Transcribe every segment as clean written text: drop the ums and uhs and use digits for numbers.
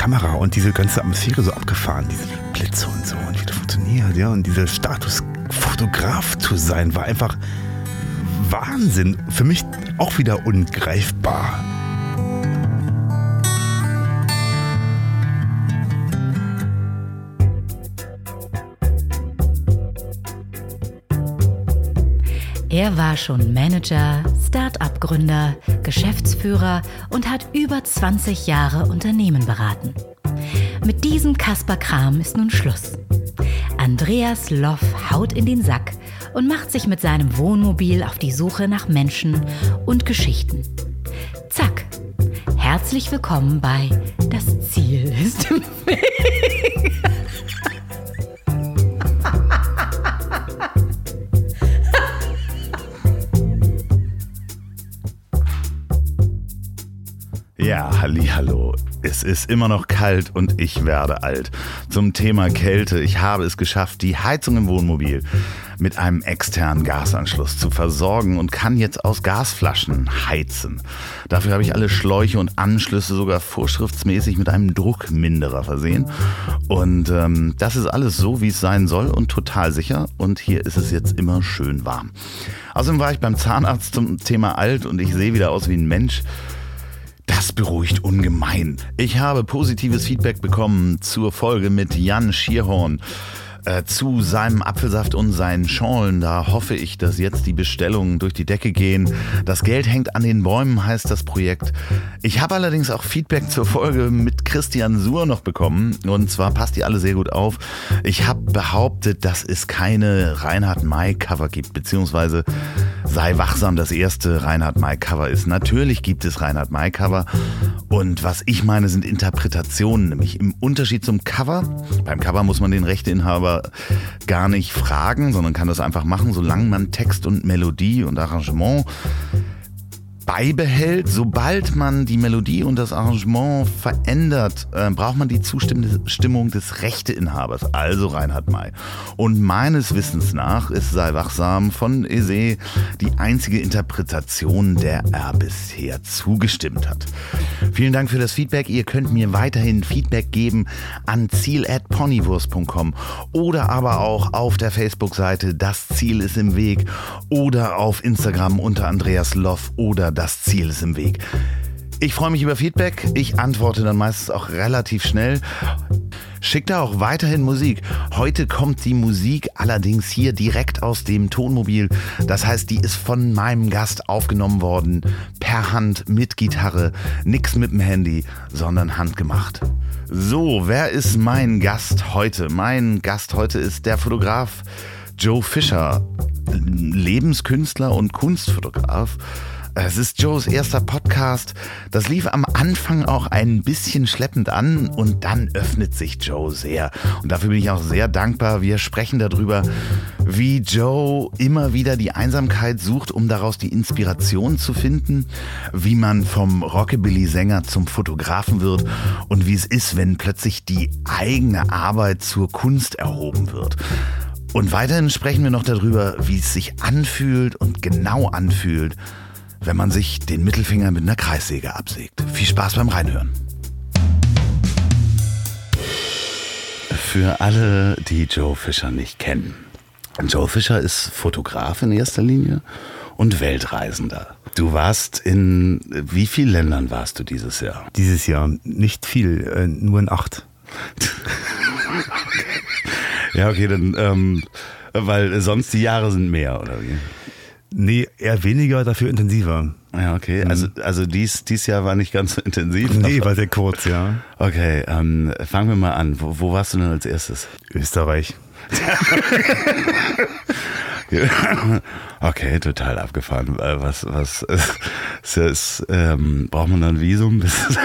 Kamera und diese ganze Atmosphäre so abgefahren, diese Blitze und so und wie das funktioniert, ja, und dieser Status Fotograf zu sein, war einfach Wahnsinn. Für mich auch wieder ungreifbar. Er war schon Manager, Start-up-Gründer, Geschäftsführer und hat über 20 Jahre Unternehmen beraten. Mit diesem Kasper-Kram ist nun Schluss. Andreas Loff haut in den Sack und macht sich mit seinem Wohnmobil auf die Suche nach Menschen und Geschichten. Zack! Herzlich willkommen bei Das Ziel ist im Weg. Ja, hallihallo. Es ist immer noch kalt und ich werde alt. Zum Thema Kälte. Ich habe es geschafft, die Heizung im Wohnmobil mit einem externen Gasanschluss zu versorgen und kann jetzt aus Gasflaschen heizen. Dafür habe ich alle Schläuche und Anschlüsse sogar vorschriftsmäßig mit einem Druckminderer versehen. Und das ist alles so, wie es sein soll und total sicher. Und hier ist es jetzt immer schön warm. Außerdem war ich beim Zahnarzt zum Thema alt und ich sehe wieder aus wie ein Mensch. Das beruhigt ungemein. Ich habe positives Feedback bekommen zur Folge mit Jan Schierhorn zu seinem Apfelsaft und seinen Schorlen. Da hoffe ich, dass jetzt die Bestellungen durch die Decke gehen. Das Geld hängt an den Bäumen, heißt das Projekt. Ich habe allerdings auch Feedback zur Folge mit Christian Suhr noch bekommen. Und zwar passt die alle sehr gut auf. Ich habe behauptet, dass es keine Reinhard-May-Cover gibt, beziehungsweise Sei wachsam das erste Reinhard-May-Cover ist. Natürlich gibt es Reinhard-May-Cover. Und was ich meine, sind Interpretationen, nämlich im Unterschied zum Cover. Beim Cover muss man den Rechteinhaber gar nicht fragen, sondern kann das einfach machen, solange man Text und Melodie und Arrangement beibehält. Sobald man die Melodie und das Arrangement verändert, braucht man die Zustimmung des Rechteinhabers, also Reinhard May. Und meines Wissens nach ist Sei wachsam von Eze die einzige Interpretation, der er bisher zugestimmt hat. Vielen Dank für das Feedback. Ihr könnt mir weiterhin Feedback geben an ziel@ponywurst.com oder aber auch auf der Facebook-Seite Das Ziel ist im Weg oder auf Instagram unter Andreas Loff oder Das Ziel ist im Weg. Ich freue mich über Feedback. Ich antworte dann meistens auch relativ schnell. Schickt da auch weiterhin Musik. Heute kommt die Musik allerdings hier direkt aus dem Tonmobil. Das heißt, die ist von meinem Gast aufgenommen worden. Per Hand mit Gitarre. Nix mit dem Handy, sondern handgemacht. So, wer ist mein Gast heute? Mein Gast heute ist der Fotograf Joe Fischer. Lebenskünstler und Kunstfotograf. Es ist Joes erster Podcast. Das lief am Anfang auch ein bisschen schleppend an und dann öffnet sich Joe sehr. Und dafür bin ich auch sehr dankbar. Wir sprechen darüber, wie Joe immer wieder die Einsamkeit sucht, um daraus die Inspiration zu finden, wie man vom Rockabilly-Sänger zum Fotografen wird und wie es ist, wenn plötzlich die eigene Arbeit zur Kunst erhoben wird. Und weiterhin sprechen wir noch darüber, wie es sich anfühlt und genau anfühlt, wenn man sich den Mittelfinger mit einer Kreissäge absägt. Viel Spaß beim Reinhören. Für alle, die Joe Fischer nicht kennen. Joe Fischer ist Fotograf in erster Linie und Weltreisender. Du warst in wie vielen Ländern warst du dieses Jahr? Dieses Jahr nicht viel, nur in 8. Ja, okay, dann, weil sonst die Jahre sind mehr, oder wie? Nee, eher weniger, dafür intensiver. Ja, okay. Also dies Jahr war nicht ganz so intensiv. Nee, war sehr kurz, ja. Okay, fangen wir mal an. Wo warst du denn als erstes? Österreich. Okay, total abgefahren. Was braucht man da ein Visum?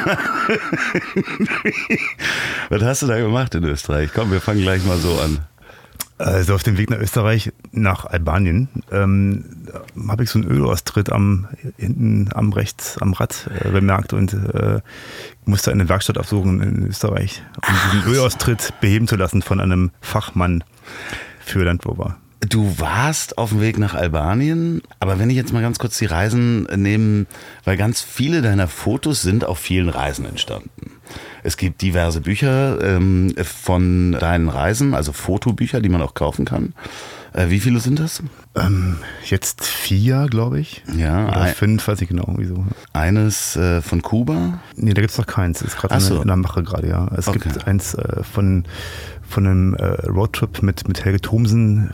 Was hast du da gemacht in Österreich? Komm, wir fangen gleich mal so an. Also auf dem Weg nach Österreich, nach Albanien, habe ich so einen Ölaustritt hinten rechts am Rad bemerkt und musste eine Werkstatt aufsuchen in Österreich, um diesen Ölaustritt beheben zu lassen von einem Fachmann für Landrover. Du warst auf dem Weg nach Albanien, aber wenn ich jetzt mal ganz kurz die Reisen nehme, weil ganz viele deiner Fotos sind auf vielen Reisen entstanden. Es gibt diverse Bücher von deinen Reisen, also Fotobücher, die man auch kaufen kann. Wie viele sind das? Jetzt 4, glaube ich. Ja, oder 5, weiß ich genau. Wieso. Eines von Kuba? Nee, da gibt es noch keins. Das ist gerade in der Mache gerade, ja. Es gibt eins von einem Roadtrip mit Helge Thomsen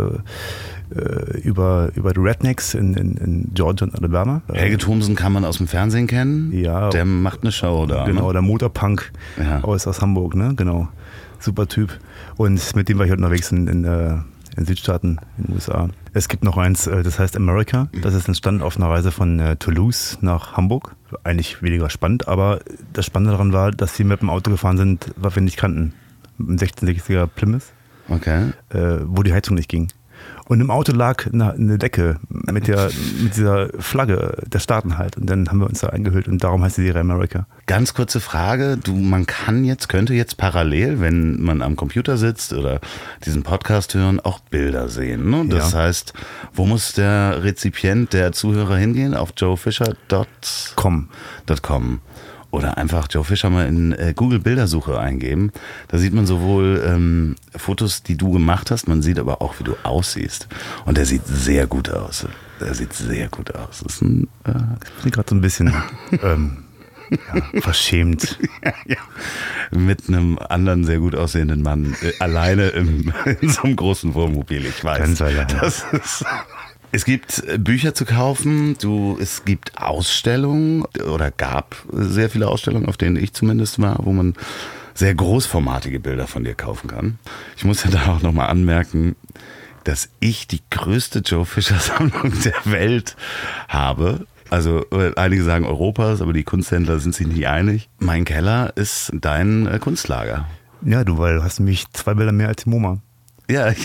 über die Rednecks in Georgia und Alabama. Helge Thomsen kann man aus dem Fernsehen kennen. Ja. Der macht eine Show da. Genau, ne? der Motorpunk aus Hamburg, ne? Genau. Super Typ. Und mit dem war ich heute unterwegs in Südstaaten, in den USA. Es gibt noch eins, das heißt America. Das ist entstanden auf einer Reise von Toulouse nach Hamburg. Eigentlich weniger spannend, aber das Spannende daran war, dass sie mit dem Auto gefahren sind, was wir nicht kannten. Ein 1660er Plymouth, wo die Heizung nicht ging. Und im Auto lag eine Decke mit dieser Flagge der Staaten halt. Und dann haben wir uns da eingehüllt und darum heißt die Serie America. Ganz kurze Frage, man könnte jetzt parallel, wenn man am Computer sitzt oder diesen Podcast hören, auch Bilder sehen. Ne? Das heißt, wo muss der Rezipient, der Zuhörer hingehen? Auf joefischer.com. Oder einfach Joe Fischer mal in Google Bildersuche eingeben. Da sieht man sowohl Fotos, die du gemacht hast, man sieht aber auch, wie du aussiehst. Und der sieht sehr gut aus. Das ist ich bin gerade so ein bisschen verschämt. Ja. Mit einem anderen sehr gut aussehenden Mann alleine in so einem großen Wohnmobil. Ich weiß. Ganz alleine. Das ist... Es gibt Bücher zu kaufen, es gibt Ausstellungen oder gab sehr viele Ausstellungen, auf denen ich zumindest war, wo man sehr großformatige Bilder von dir kaufen kann. Ich muss ja da auch nochmal anmerken, dass ich die größte Joe Fischer Sammlung der Welt habe. Also einige sagen Europas, aber die Kunsthändler sind sich nicht einig. Mein Keller ist dein Kunstlager. Ja, weil du hast nämlich 2 Bilder mehr als die MoMA. Ja, ich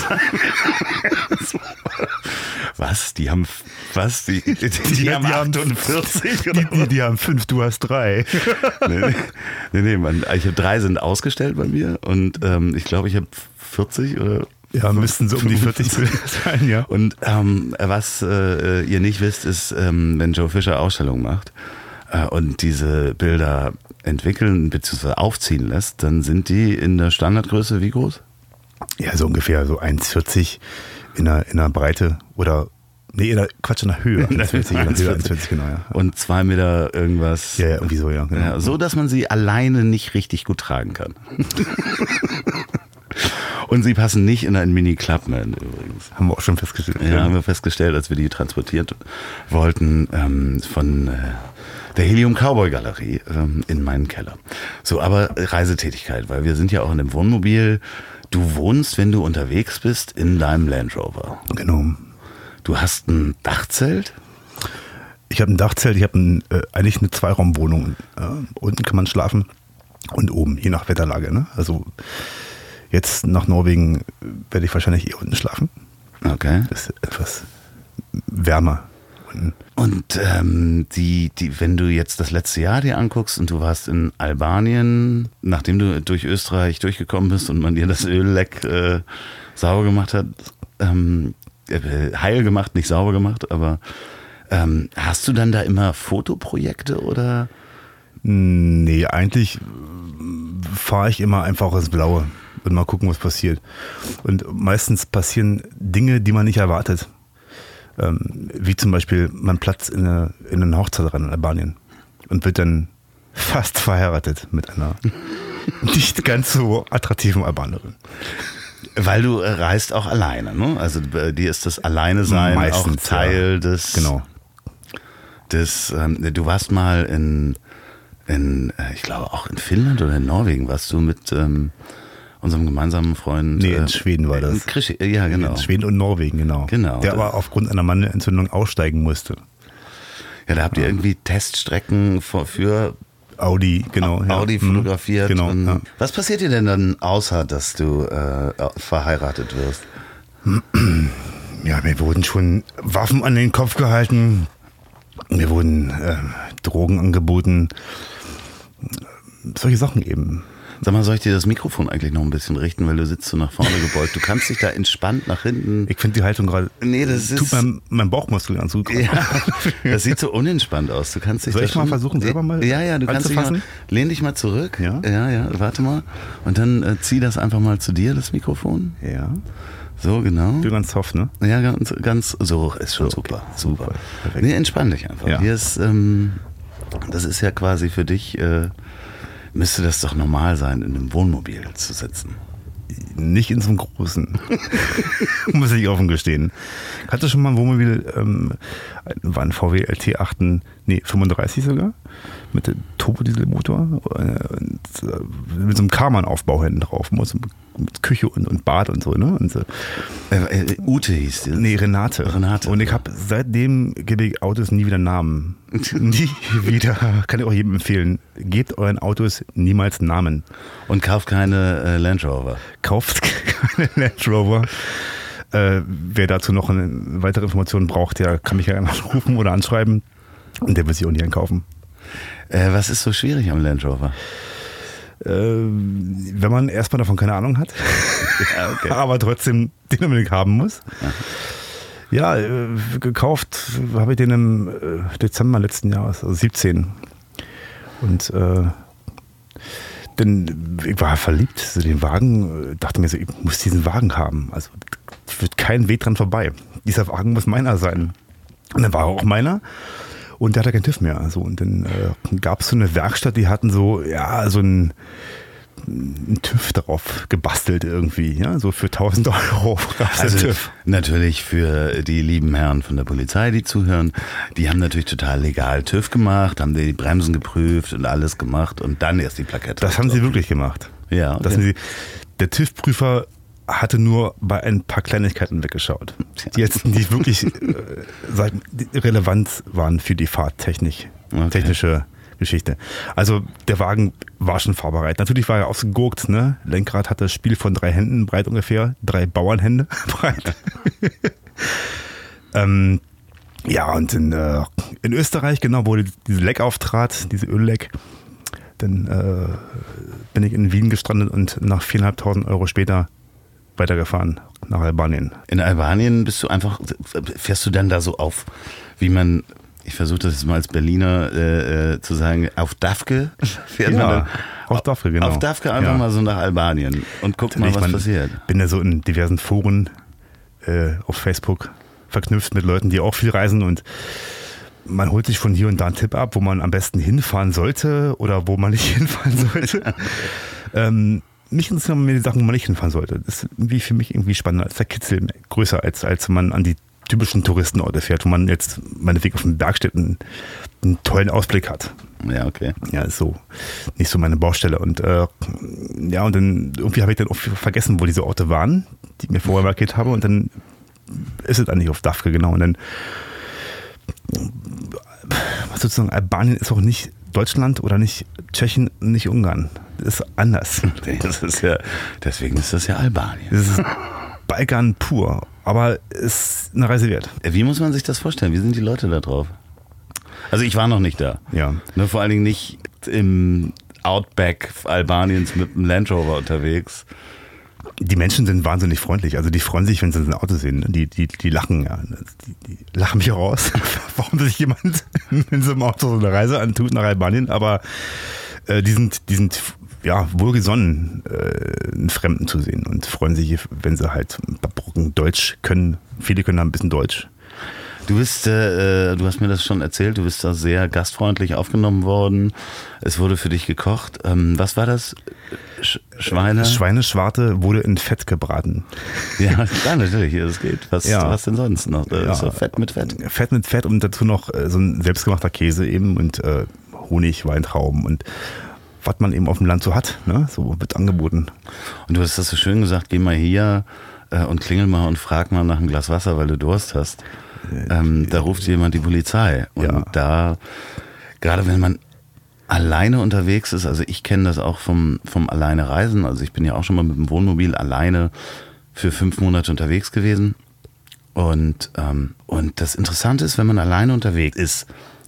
was? Die haben 48? Die haben 5, du hast 3. Nee, ich habe 3 sind ausgestellt bei mir und ich glaube, ich habe 40 oder... Ja, müssten so um die 40 sein, ja. Und was ihr nicht wisst, ist, wenn Joe Fischer Ausstellungen macht und diese Bilder entwickeln bzw. aufziehen lässt, dann sind die in der Standardgröße wie groß? Ja, so ungefähr so 1,40 in der Breite oder in der Höhe. 1,40 genau, ja. Und 2 Meter irgendwas. Ja, irgendwie so, ja. Genau. Ja, so, dass man sie alleine nicht richtig gut tragen kann. Und sie passen nicht in einen Mini-Clubman übrigens. Haben wir auch schon festgestellt. Ja, haben wir festgestellt, als wir die transportiert wollten von der Helium Cowboy Galerie in meinen Keller. So, aber Reisetätigkeit, weil wir sind ja auch in einem Wohnmobil. Du wohnst, wenn du unterwegs bist, in deinem Land Rover. Genau. Du hast ein Dachzelt? Ich habe ein Dachzelt, ich habe eigentlich eine 2-Raum-Wohnung. Unten kann man schlafen und oben, je nach Wetterlage. Ne? Also jetzt nach Norwegen werde ich wahrscheinlich unten schlafen. Okay. Das ist etwas wärmer. Und wenn du jetzt das letzte Jahr dir anguckst und du warst in Albanien, nachdem du durch Österreich durchgekommen bist und man dir das Ölleck sauber gemacht hat, heil gemacht, nicht sauber gemacht, aber hast du dann da immer Fotoprojekte oder? Nee, eigentlich fahre ich immer einfach ins Blaue und mal gucken, was passiert. Und meistens passieren Dinge, die man nicht erwartet. Wie zum Beispiel, man platzt in einen Hochzeit rein in Albanien und wird dann fast verheiratet mit einer nicht ganz so attraktiven Albanerin. Weil du reist auch alleine, ne? Also bei dir ist das Alleine-Sein meistens auch Teil des... Genau. Du warst mal in ich glaube auch in Finnland oder in Norwegen, warst du mit unserem gemeinsamen Freund... Nee, in Schweden war das. Ja, genau. In Schweden und Norwegen, genau. Der aber aufgrund einer Mandelentzündung aussteigen musste. Ja, da habt ihr irgendwie Teststrecken für Audi, genau. Audi fotografiert. Genau. Ja. Was passiert dir denn dann, außer dass du verheiratet wirst? Ja, mir wurden schon Waffen an den Kopf gehalten. Mir wurden Drogen angeboten. Solche Sachen eben. Sag mal, soll ich dir das Mikrofon eigentlich noch ein bisschen richten, weil du sitzt so nach vorne gebeugt. Du kannst dich da entspannt nach hinten... Ich finde die Haltung gerade... Nee, das tut mein Bauchmuskel ganz gut. Ja, das sieht so unentspannt aus. Du kannst dich soll da ich mal versuchen, selber mal Ja, du kannst dich mal... Lehn dich mal zurück. Ja, warte mal. Und dann zieh das einfach mal zu dir, das Mikrofon. Ja. So, genau. Ich bin ganz soft, ne? Ja, ganz so, ist schon super. Okay. Super. Perfekt. Nee, entspann dich einfach. Ja. Hier ist, das ist ja quasi für dich, müsste das doch normal sein, in einem Wohnmobil zu sitzen. Nicht in so einem großen. Muss ich offen gestehen. Ich hatte schon mal ein Wohnmobil, war ein VW LT 35 sogar, mit dem Turbodieselmotor mit so einem Karmann-Aufbau hinten drauf, mit Küche und Bad und so. Ne? Und, Ute hieß die? Nee, Renate. Und ich habe seitdem gebe ich Autos nie wieder Namen. Nie wieder. Kann ich auch jedem empfehlen. Gebt euren Autos niemals Namen. Und kauft keine Land Rover. Kauft keine Land Rover. Wer dazu noch weitere Informationen braucht, der kann mich ja anrufen oder anschreiben. Und der wird sich auch nie einkaufen. Was ist so schwierig am Land Rover? Wenn man erstmal davon keine Ahnung hat, ja, okay. Aber trotzdem den unbedingt haben muss. Ja, gekauft habe ich den im Dezember letzten Jahres, also 17. Und denn ich war verliebt, so den Wagen, dachte mir so, ich muss diesen Wagen haben. Also führt kein Weg dran vorbei. Dieser Wagen muss meiner sein. Und dann war er auch meiner. Und der hatte keinen TÜV mehr. So, und dann gab es so eine Werkstatt, die hatten so einen TÜV drauf gebastelt irgendwie. Ja? So für 1.000 Euro gab es also TÜV. Natürlich für die lieben Herren von der Polizei, die zuhören, die haben natürlich total legal TÜV gemacht, haben die Bremsen geprüft und alles gemacht und dann erst die Plakette. Das haben sie wirklich gemacht. Ja. Okay. Der TÜV-Prüfer hatte nur bei ein paar Kleinigkeiten weggeschaut, die jetzt nicht wirklich relevant waren für die fahrtechnische Geschichte. Also der Wagen war schon fahrbereit. Natürlich war er ausgegurkt, ne? Lenkrad hat das Spiel von 3 Händen breit ungefähr, 3 Bauernhände breit. Ja, und in Österreich, genau, wo diese Leck auftrat, diese Ölleck, dann bin ich in Wien gestrandet und nach 4.500 Euro später weitergefahren nach Albanien. In Albanien fährst du dann da so auf, wie man, ich versuche das jetzt mal als Berliner zu sagen, auf Dafke fährt man dann. Auf Dafke, genau. Auf Dafke einfach mal so nach Albanien und guckt mal, was passiert. Bin ja so in diversen Foren auf Facebook verknüpft mit Leuten, die auch viel reisen und man holt sich von hier und da einen Tipp ab, wo man am besten hinfahren sollte oder wo man nicht hinfahren sollte. Mich interessieren mir die Sachen, wo man nicht hinfahren sollte. Das ist irgendwie für mich irgendwie spannender als der Kitzel, größer als man an die typischen Touristenorte fährt, wo man jetzt meinetwegen auf den Bergstätten einen tollen Ausblick hat. Ja, okay. Ja, ist so nicht so meine Baustelle. Und und dann irgendwie habe ich dann auch vergessen, wo diese Orte waren, die ich mir vorher markiert habe. Und dann ist es eigentlich auf Dafke, genau. Und dann sozusagen Albanien ist auch nicht Deutschland oder nicht Tschechien, nicht Ungarn. Das ist anders. Deswegen ist das ja Albanien. Das ist Balkan pur, aber ist eine Reise wert. Wie muss man sich das vorstellen? Wie sind die Leute da drauf? Also ich war noch nicht da. Ja. Nur vor allen Dingen nicht im Outback Albaniens mit einem Land Rover unterwegs. Die Menschen sind wahnsinnig freundlich. Also die freuen sich, wenn sie ein Auto sehen. Die lachen, ja. Die lachen mich raus, warum sich jemand in so einem Auto so eine Reise antut nach Albanien. Aber die sind ja wohlgesonnen, einen Fremden zu sehen und freuen sich, wenn sie halt ein paar Brocken Deutsch können. Viele können da ein bisschen Deutsch. Du hast mir das schon erzählt, du bist da sehr gastfreundlich aufgenommen worden. Es wurde für dich gekocht. Was war das? Schweineschwarte wurde in Fett gebraten. Ja, klar, natürlich, das geht. Was denn sonst noch? So Fett mit Fett. Fett mit Fett und dazu noch so ein selbstgemachter Käse eben und Honig, Weintrauben und was man eben auf dem Land so hat, ne? So wird angeboten. Und du hast das so schön gesagt, geh mal hier und klingel mal und frag mal nach einem Glas Wasser, weil du Durst hast. Da ruft jemand die Polizei. Und da, gerade wenn man alleine unterwegs ist, also ich kenne das auch vom alleine Reisen, also ich bin ja auch schon mal mit dem Wohnmobil alleine für 5 Monate unterwegs gewesen. Und das Interessante ist, wenn man alleine unterwegs ist,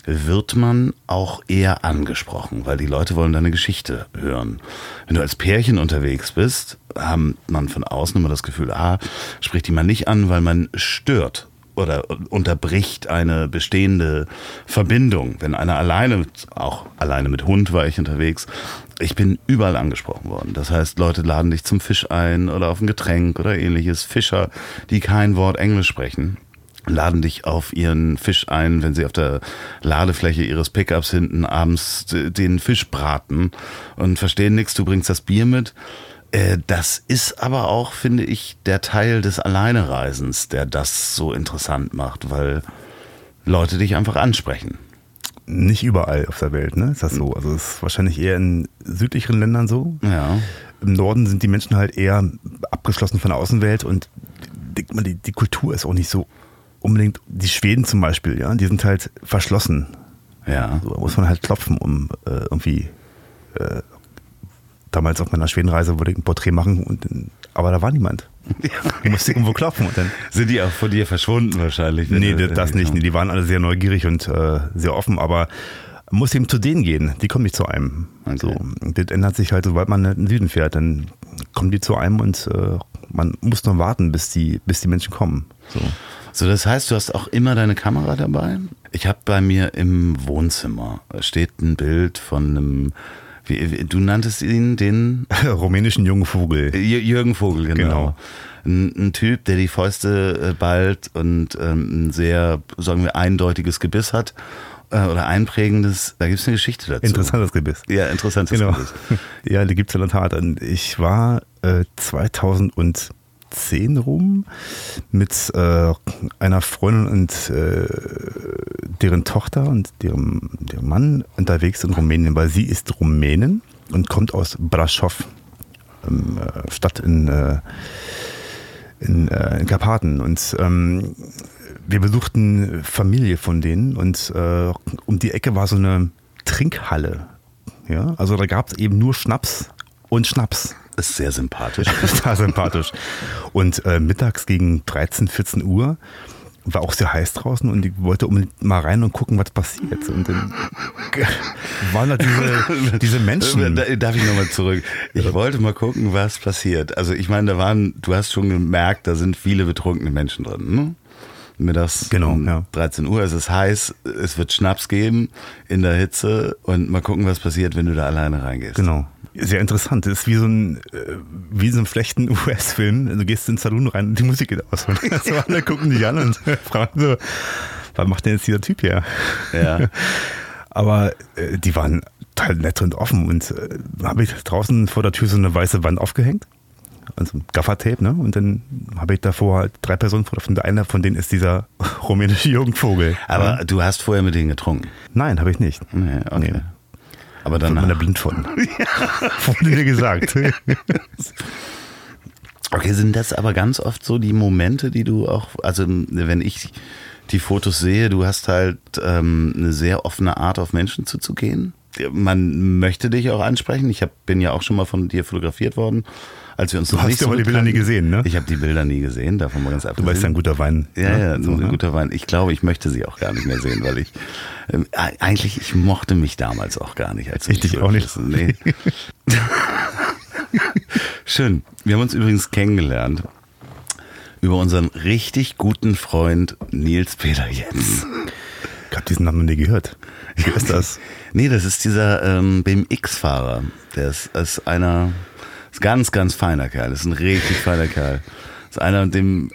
wird man auch eher angesprochen, weil die Leute wollen deine Geschichte hören. Wenn du als Pärchen unterwegs bist, hat man von außen immer das Gefühl, spricht die mal nicht an, weil man stört oder unterbricht eine bestehende Verbindung. Wenn einer auch alleine mit Hund war ich unterwegs, ich bin überall angesprochen worden. Das heißt, Leute laden dich zum Fisch ein oder auf ein Getränk oder ähnliches. Fischer, die kein Wort Englisch sprechen, laden dich auf ihren Fisch ein, wenn sie auf der Ladefläche ihres Pickups hinten abends den Fisch braten und verstehen nichts, du bringst das Bier mit. Das ist aber auch, finde ich, der Teil des Alleinereisens, der das so interessant macht, weil Leute dich einfach ansprechen. Nicht überall auf der Welt, ne? Ist das so? Also es ist wahrscheinlich eher in südlicheren Ländern so. Ja. Im Norden sind die Menschen halt eher abgeschlossen von der Außenwelt und die Kultur ist auch nicht so unbedingt. Die Schweden zum Beispiel, ja, die sind halt verschlossen. Ja. So, da muss man halt klopfen, um irgendwie. Damals auf meiner Schwedenreise wollte ich ein Porträt machen, aber da war niemand. Ja. Du musst irgendwo klopfen. Und dann sind die auch von dir verschwunden wahrscheinlich? Nee, das nicht. Nee, die waren alle sehr neugierig und sehr offen, aber man muss eben zu denen gehen. Die kommen nicht zu einem. Okay. So, das ändert sich halt, sobald man in den Süden fährt, dann kommen die zu einem und man muss noch warten, bis die Menschen kommen. So, das heißt, du hast auch immer deine Kamera dabei? Ich habe bei mir im Wohnzimmer, steht ein Bild von einem, du nanntest ihn den? Rumänischen jungen Vogel. Jürgen Vogel, genau. Ein Typ, der die Fäuste ballt und ein sehr, sagen wir, eindeutiges Gebiss hat oder einprägendes. Da gibt es eine Geschichte dazu. Interessantes Gebiss. Ja, interessantes Gebiss. Ja, die gibt es in der Tat. Ich war 2010 rum mit einer Freundin und deren Tochter und deren Mann unterwegs in Rumänien, weil sie ist Rumänin und kommt aus Brașov, Stadt in Karpaten. Und wir besuchten Familie von denen und um die Ecke war so eine Trinkhalle. Ja? Also da gab es eben nur Schnaps und Schnaps. Das ist sehr sympathisch. Total sympathisch. Und mittags gegen 13, 14 Uhr war auch sehr heiß draußen und ich wollte unbedingt mal rein und gucken, was passiert. Und dann waren da diese Menschen. Darf ich nochmal zurück? Ich wollte mal gucken, was passiert. Also ich meine, du hast schon gemerkt, da sind viele betrunkene Menschen drin, ne? Mittags um 13 Uhr, es ist heiß, es wird Schnaps geben in der Hitze und mal gucken, was passiert, wenn du da alleine reingehst. Genau. Sehr interessant. Das ist wie so ein schlechten US-Film. Du gehst in den Saloon rein und die Musik geht aus. Also alle gucken dich an und fragen so, was macht denn jetzt dieser Typ hier? Ja. Aber die waren total nett und offen und habe ich draußen vor der Tür so eine weiße Wand aufgehängt. Also Gaffertape, ne? Und dann habe ich davor halt 3 Personen vor. Einer von denen ist dieser rumänische Jugendvogel. Aber du hast vorher mit denen getrunken? Nein, habe ich nicht. Nee, okay. Nee. Aber dann man da blind von. Wurde dir gesagt. Okay, sind das aber ganz oft so die Momente, die du auch, also wenn ich die Fotos sehe, du hast halt eine sehr offene Art, auf Menschen zuzugehen. Man möchte dich auch ansprechen. Ich bin ja auch schon mal von dir fotografiert worden, als wir uns noch nicht so. Du hast die Bilder nie gesehen, ne? Ich habe die Bilder nie gesehen, davon mal ganz abgesehen. Du weißt ja, ein guter Wein. Ja, so ein guter Wein. Ich glaube, ich möchte sie auch gar nicht mehr sehen, weil ich mochte mich damals auch gar nicht. Als ich dich auch nicht. Nee. Schön. Wir haben uns übrigens kennengelernt über unseren richtig guten Freund Nils Peter Jens. Ich habe diesen Namen noch nie gehört. Wie ist das? Nee, das ist dieser BMX-Fahrer. Der ist ganz, ganz feiner Kerl. Das ist ein richtig feiner Kerl. Das ist einer, dem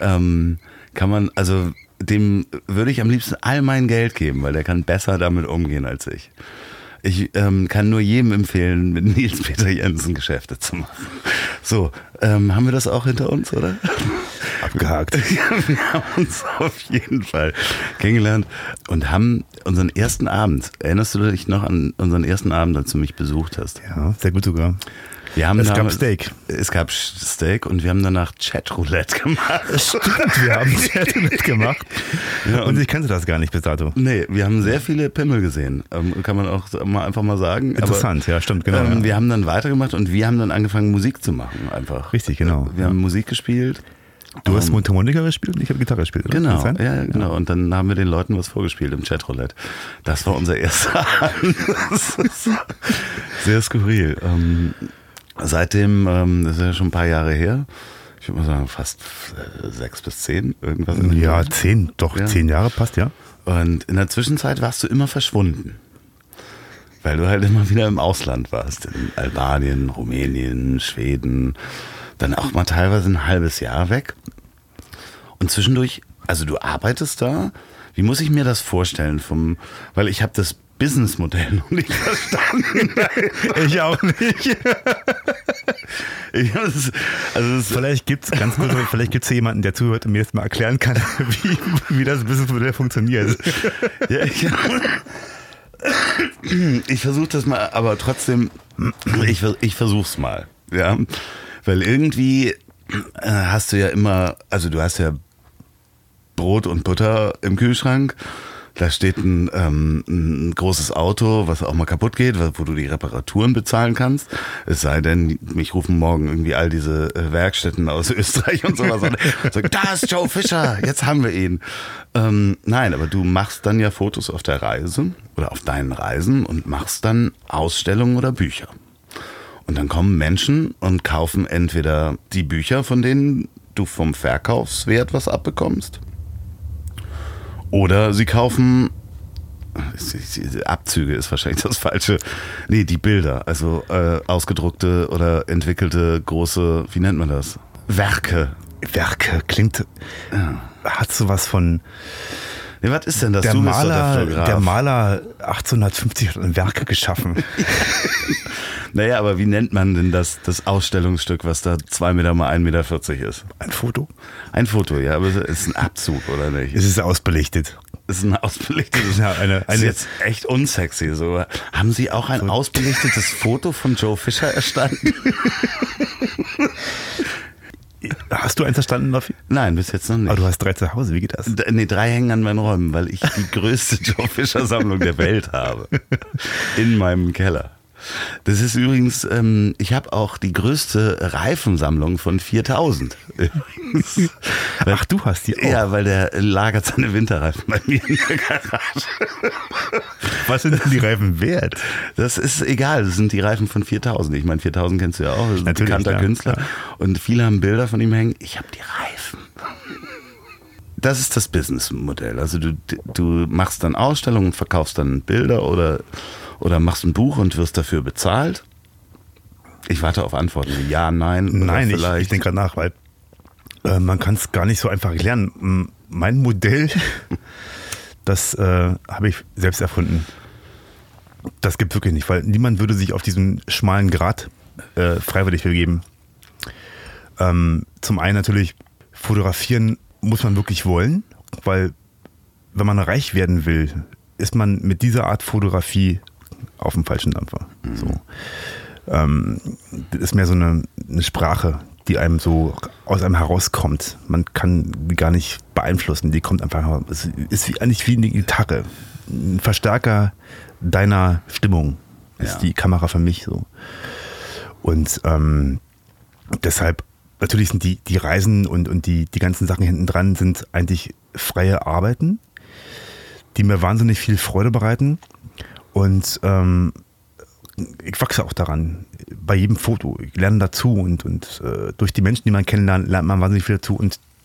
dem würde ich am liebsten all mein Geld geben, weil der kann besser damit umgehen als ich. Ich kann nur jedem empfehlen, mit Nils Peter Jensen Geschäfte zu machen. So, haben wir das auch hinter uns, oder? Abgehakt. Ja, wir haben uns auf jeden Fall kennengelernt und haben unseren ersten Abend, erinnerst du dich noch an unseren ersten Abend, als du mich besucht hast? Ja, sehr gut sogar. Es gab Steak. Es gab Steak und wir haben danach Chatroulette gemacht. Stimmt, wir haben Chatroulette gemacht. Ja, und ich kannte das gar nicht bis dato. Nee, wir haben sehr viele Pimmel gesehen. Kann man auch einfach mal sagen. Interessant, ja, stimmt, genau. Ja. Wir haben dann weitergemacht und wir haben dann angefangen, Musik zu machen einfach. Richtig, genau. Wir haben Musik gespielt. Du hast Mundharmonika gespielt und ich habe Gitarre gespielt, oder? Genau, ja, genau. Und dann haben wir den Leuten was vorgespielt im Chatroulette. Das war unser erster Abend. Das ist sehr skurril. Seitdem, das ist ja schon ein paar Jahre her, ich würde mal sagen fast 6 bis 10, irgendwas. Ja, 10, doch, ja. 10 Jahre passt, ja. Und in der Zwischenzeit warst du immer verschwunden. Weil du halt immer wieder im Ausland warst. In Albanien, Rumänien, Schweden. Dann auch mal teilweise ein halbes Jahr weg. Und zwischendurch, also du arbeitest da. Wie muss ich mir das vorstellen? Weil ich habe das Businessmodell noch nicht verstanden. Ich auch nicht. Vielleicht gibt es ganz kurz, vielleicht gibt es jemanden, der zuhört und mir das mal erklären kann, wie das Businessmodell funktioniert. Ja, ich versuche das mal, aber trotzdem, ich versuch's mal. Ja? Weil irgendwie hast du ja immer, also du hast ja Brot und Butter im Kühlschrank. Da steht ein großes Auto, was auch mal kaputt geht, wo du die Reparaturen bezahlen kannst. Es sei denn, mich rufen morgen irgendwie all diese Werkstätten aus Österreich und sowas an. Sagen, da ist Joe Fischer, jetzt haben wir ihn. Nein, aber du machst dann ja Fotos auf der Reise oder auf deinen Reisen und machst dann Ausstellungen oder Bücher. Und dann kommen Menschen und kaufen entweder die Bücher, von denen du vom Verkaufswert was abbekommst, oder sie kaufen, Abzüge ist wahrscheinlich das Falsche, nee, die Bilder, also ausgedruckte oder entwickelte große, wie nennt man das? Werke klingt, hat sowas von... Nee, was ist denn das? Der Maler 1850 hat Werke geschaffen. Naja, aber wie nennt man denn das Ausstellungsstück, was da 2 Meter mal 1,40 Meter ist? Ein Foto? Ein Foto, ja, aber es ist ein Abzug, oder nicht? Es ist ausbelichtet. Es ist ein ausbelichtetes. Ja, das ist jetzt echt unsexy. So. Haben Sie auch ein ausbelichtetes Foto von Joe Fischer erstanden? Hast du eins erstanden dafür? Nein, bis jetzt noch nicht. Aber du hast 3 zu Hause, wie geht das? Nee, 3 hängen an meinen Räumen, weil ich die größte Joe Fischer Sammlung der Welt habe. In meinem Keller. Das ist übrigens, ich habe auch die größte Reifensammlung von 4000. Ach, du hast die auch? Ja, weil der lagert seine Winterreifen bei mir in der Garage. Was sind denn die Reifen wert? Das ist egal, das sind die Reifen von 4000. Ich meine, 4000 kennst du ja auch, das ist ein bekannter Künstler. Ja. Und viele haben Bilder von ihm hängen. Ich habe die Reifen. Das ist das Businessmodell. Also du machst dann Ausstellungen, verkaufst dann Bilder oder machst ein Buch und wirst dafür bezahlt. Ich warte auf Antworten. Ja, nein. Nein, ich denke gerade nach, weil man kann es gar nicht so einfach erklären. Mein Modell, das habe ich selbst erfunden. Das gibt es wirklich nicht, weil niemand würde sich auf diesen schmalen Grat freiwillig begeben. Zum einen natürlich, fotografieren muss man wirklich wollen, weil wenn man reich werden will, ist man mit dieser Art Fotografie auf dem falschen Dampfer. Mhm. So. Das ist mehr so eine Sprache, die einem so aus einem herauskommt. Man kann die gar nicht beeinflussen. Die kommt einfach, es ist eigentlich wie eine Gitarre. Ein Verstärker deiner Stimmung ist die Kamera für mich so. Und deshalb, natürlich sind die Reisen und die ganzen Sachen hinten dran sind eigentlich freie Arbeiten, die mir wahnsinnig viel Freude bereiten. Und ich wachse auch daran, bei jedem Foto. Ich lerne dazu und durch die Menschen, die man kennenlernt, lernt man wahnsinnig viel dazu.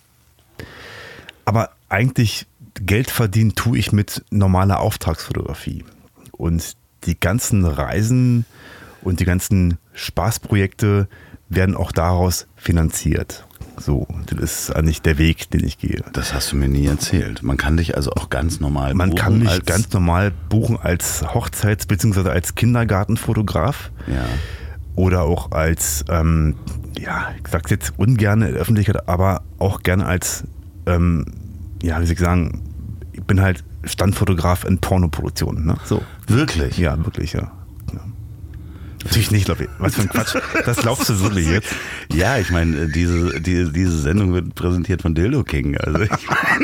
Aber eigentlich Geld verdienen tue ich mit normaler Auftragsfotografie. Und die ganzen Reisen und die ganzen Spaßprojekte werden auch daraus finanziert. So, das ist eigentlich der Weg, den ich gehe. Das hast du mir nie erzählt. Man kann dich also auch ganz normal buchen. Man kann mich ganz normal buchen als Hochzeits- bzw. als Kindergartenfotograf. Ja. Oder auch als, ich sag's jetzt ungern in der Öffentlichkeit, aber auch gerne als, wie soll ich sagen, ich bin halt Standfotograf in Pornoproduktionen. Ne? So. Wirklich? Ja, wirklich, ja. Natürlich nicht, glaube ich. Was für ein Quatsch. Das glaubst du wirklich jetzt? Ja, ich meine, diese Sendung wird präsentiert von Dildo King. Also ich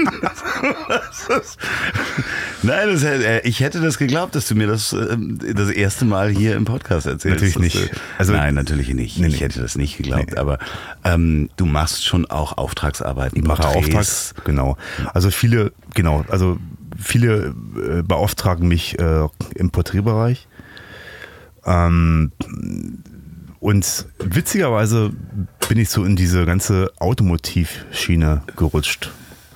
meine, ich hätte das geglaubt, dass du mir das erste Mal hier im Podcast erzählst. Natürlich nicht. Also, nein, natürlich nicht. Nee. Ich hätte das nicht geglaubt. Nee. Aber du machst schon auch Auftragsarbeiten. Ich mache Auftrags, genau. Also viele beauftragen mich im Porträtbereich. Und witzigerweise bin ich so in diese ganze Automotivschiene gerutscht.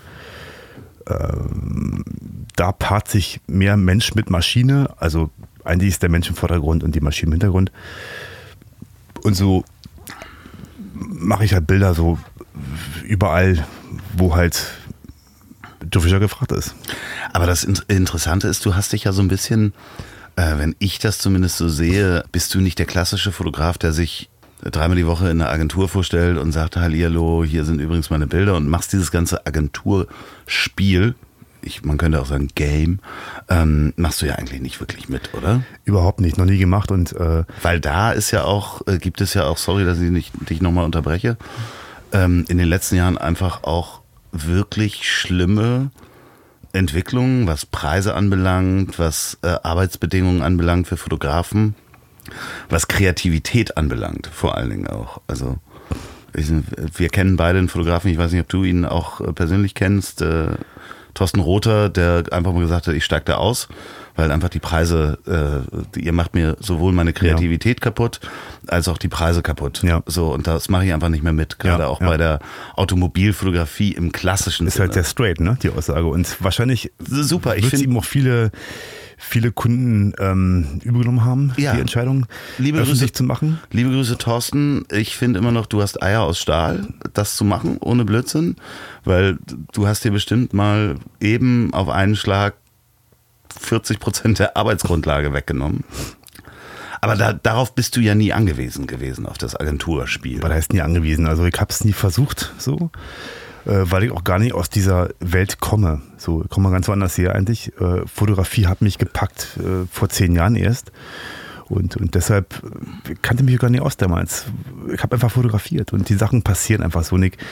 Da paart sich mehr Mensch mit Maschine, also eigentlich ist der Mensch im Vordergrund und die Maschine im Hintergrund. Und so mache ich halt Bilder so überall, wo halt Jofischer gefragt ist. Aber das Interessante ist, du hast dich ja so ein bisschen, wenn ich das zumindest so sehe, bist du nicht der klassische Fotograf, der sich dreimal die Woche in einer Agentur vorstellt und sagt, hallihallo, hier sind übrigens meine Bilder und machst dieses ganze Agenturspiel, man könnte auch sagen Game, machst du ja eigentlich nicht wirklich mit, oder? Überhaupt nicht, noch nie gemacht. Und weil da ist ja auch, gibt es ja auch, sorry, dass ich dich nochmal unterbreche, in den letzten Jahren einfach auch wirklich schlimme Entwicklungen, was Preise anbelangt, was Arbeitsbedingungen anbelangt für Fotografen, was Kreativität anbelangt, vor allen Dingen auch. Also wir kennen beide einen Fotografen, ich weiß nicht, ob du ihn auch persönlich kennst, Thorsten Rother, der einfach mal gesagt hat, ich steige da aus, weil einfach die Preise, ihr macht mir sowohl meine Kreativität kaputt, als auch die Preise kaputt. Ja. So, und das mache ich einfach nicht mehr mit, gerade auch bei der Automobilfotografie im klassischen Sinne. Ist halt sehr straight, ne, die Aussage. Und wahrscheinlich super. Ich finde ihm auch viele Kunden übergenommen haben, die Entscheidung öffentlich zu machen. Liebe Grüße, Thorsten. Ich finde immer noch, du hast Eier aus Stahl, das zu machen, ohne Blödsinn, weil du hast dir bestimmt mal eben auf einen Schlag 40% der Arbeitsgrundlage weggenommen. Aber darauf bist du ja nie angewiesen gewesen, auf das Agenturspiel. Aber da ist nie angewiesen. Also ich habe es nie versucht, so. Weil ich auch gar nicht aus dieser Welt komme. So, ich komme ganz woanders her eigentlich. Fotografie hat mich gepackt vor 10 Jahren erst. Und deshalb kannte mich gar nicht aus damals. Ich habe einfach fotografiert und die Sachen passieren einfach so nicht.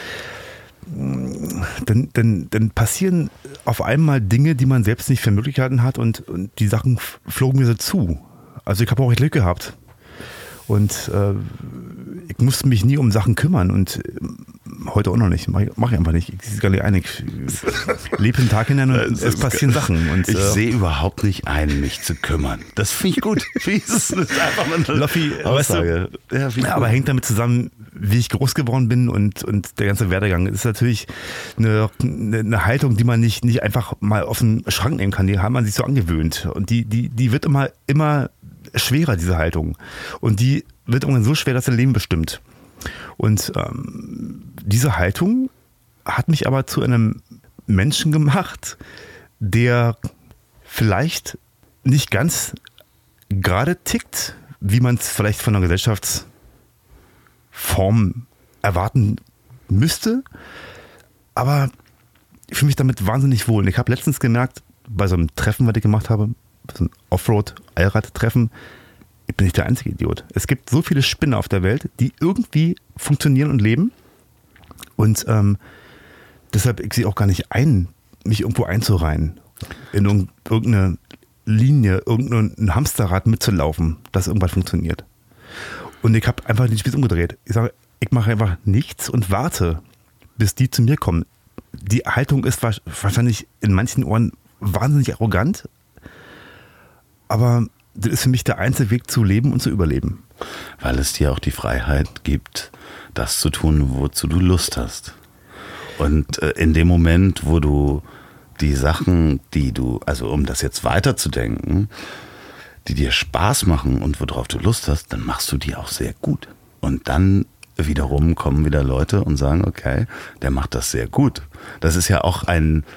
Dann passieren auf einmal Dinge, die man selbst nicht für möglich gehalten hat und die Sachen flogen mir so zu. Also ich habe auch Glück gehabt. Und ich musste mich nie um Sachen kümmern und heute auch noch nicht. Mach ich einfach nicht. Ich sehe gar nicht ein. Ich lebe den Tag hinein und es passieren Sachen. Und, ich sehe überhaupt nicht ein, mich zu kümmern. Das finde ich gut. Das ist einfach mal eine Loffi, Aussage. Weißt du, aber hängt damit zusammen, wie ich groß geworden bin und der ganze Werdegang. Das ist natürlich eine Haltung, die man nicht einfach mal auf den Schrank nehmen kann. Die hat man sich so angewöhnt. Und die wird immer schwerer, diese Haltung. Und die wird irgendwann so schwer, dass dein Leben bestimmt. Und diese Haltung hat mich aber zu einem Menschen gemacht, der vielleicht nicht ganz gerade tickt, wie man es vielleicht von einer Gesellschaftsform erwarten müsste. Aber ich fühle mich damit wahnsinnig wohl. Und ich habe letztens gemerkt, bei so einem Treffen, was ich gemacht habe, so ein Offroad-Allrad-Treffen, ich bin nicht der einzige Idiot. Es gibt so viele Spinner auf der Welt, die irgendwie funktionieren und leben. Und deshalb, ich sehe auch gar nicht ein, mich irgendwo einzureihen. In irgendeine Linie, irgendein Hamsterrad mitzulaufen, dass irgendwas funktioniert. Und ich habe einfach den Spieß umgedreht. Ich sage, ich mache einfach nichts und warte, bis die zu mir kommen. Die Haltung ist wahrscheinlich in manchen Ohren wahnsinnig arrogant, aber das ist für mich der einzige Weg zu leben und zu überleben. Weil es dir auch die Freiheit gibt, das zu tun, wozu du Lust hast. Und in dem Moment, wo du die Sachen, also um das jetzt weiterzudenken, die dir Spaß machen und worauf du Lust hast, dann machst du die auch sehr gut. Und dann wiederum kommen wieder Leute und sagen, okay, der macht das sehr gut. Das ist ja auch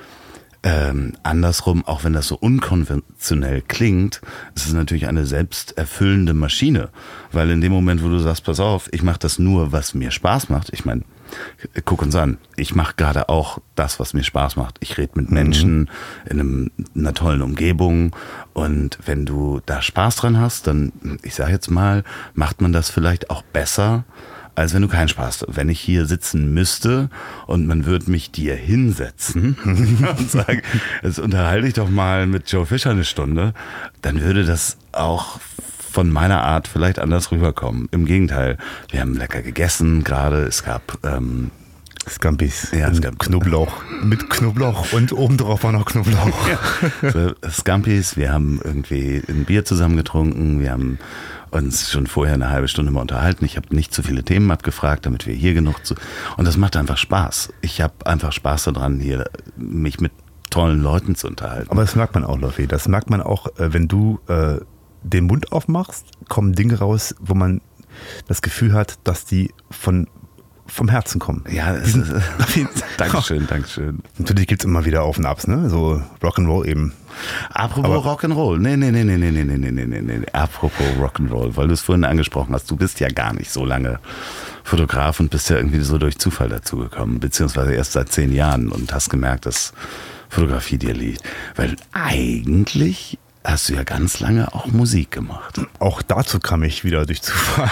andersrum, auch wenn das so unkonventionell klingt, ist es natürlich eine selbsterfüllende Maschine. Weil in dem Moment, wo du sagst, pass auf, ich mache das nur, was mir Spaß macht. Ich meine, guck uns an. Ich mache gerade auch das, was mir Spaß macht. Ich rede mit Menschen in einer tollen Umgebung. Und wenn du da Spaß dran hast, dann, ich sage jetzt mal, macht man das vielleicht auch besser, als wenn du keinen Spaß hast. Wenn ich hier sitzen müsste und man würde mich dir hinsetzen und sagen, jetzt unterhalte ich doch mal mit Joe Fischer eine Stunde, dann würde das auch von meiner Art vielleicht anders rüberkommen. Im Gegenteil, wir haben lecker gegessen gerade, es gab Scampis. Ja, es gab Knoblauch. Mit Knoblauch und obendrauf war noch Knoblauch. Ja. So, Scampis, wir haben irgendwie ein Bier zusammen getrunken, wir haben uns schon vorher eine halbe Stunde mal unterhalten. Ich habe nicht zu viele Themen abgefragt, damit wir hier genug zu... Und das macht einfach Spaß. Ich habe einfach Spaß daran, hier mich mit tollen Leuten zu unterhalten. Aber das merkt man auch, Loffi. Das merkt man auch, wenn du den Mund aufmachst, kommen Dinge raus, wo man das Gefühl hat, dass die vom Herzen kommen. Ja, Dankeschön. Natürlich gibt es immer wieder Auf und Abs, ne? So Rock'n'Roll eben. Apropos Rock'n'Roll. Nee. Apropos Rock'n'Roll, weil du es vorhin angesprochen hast. Du bist ja gar nicht so lange Fotograf und bist ja irgendwie so durch Zufall dazugekommen, beziehungsweise erst seit 10 Jahren und hast gemerkt, dass Fotografie dir liegt. Weil eigentlich hast du ja ganz lange auch Musik gemacht. Auch dazu kam ich wieder durch Zufall.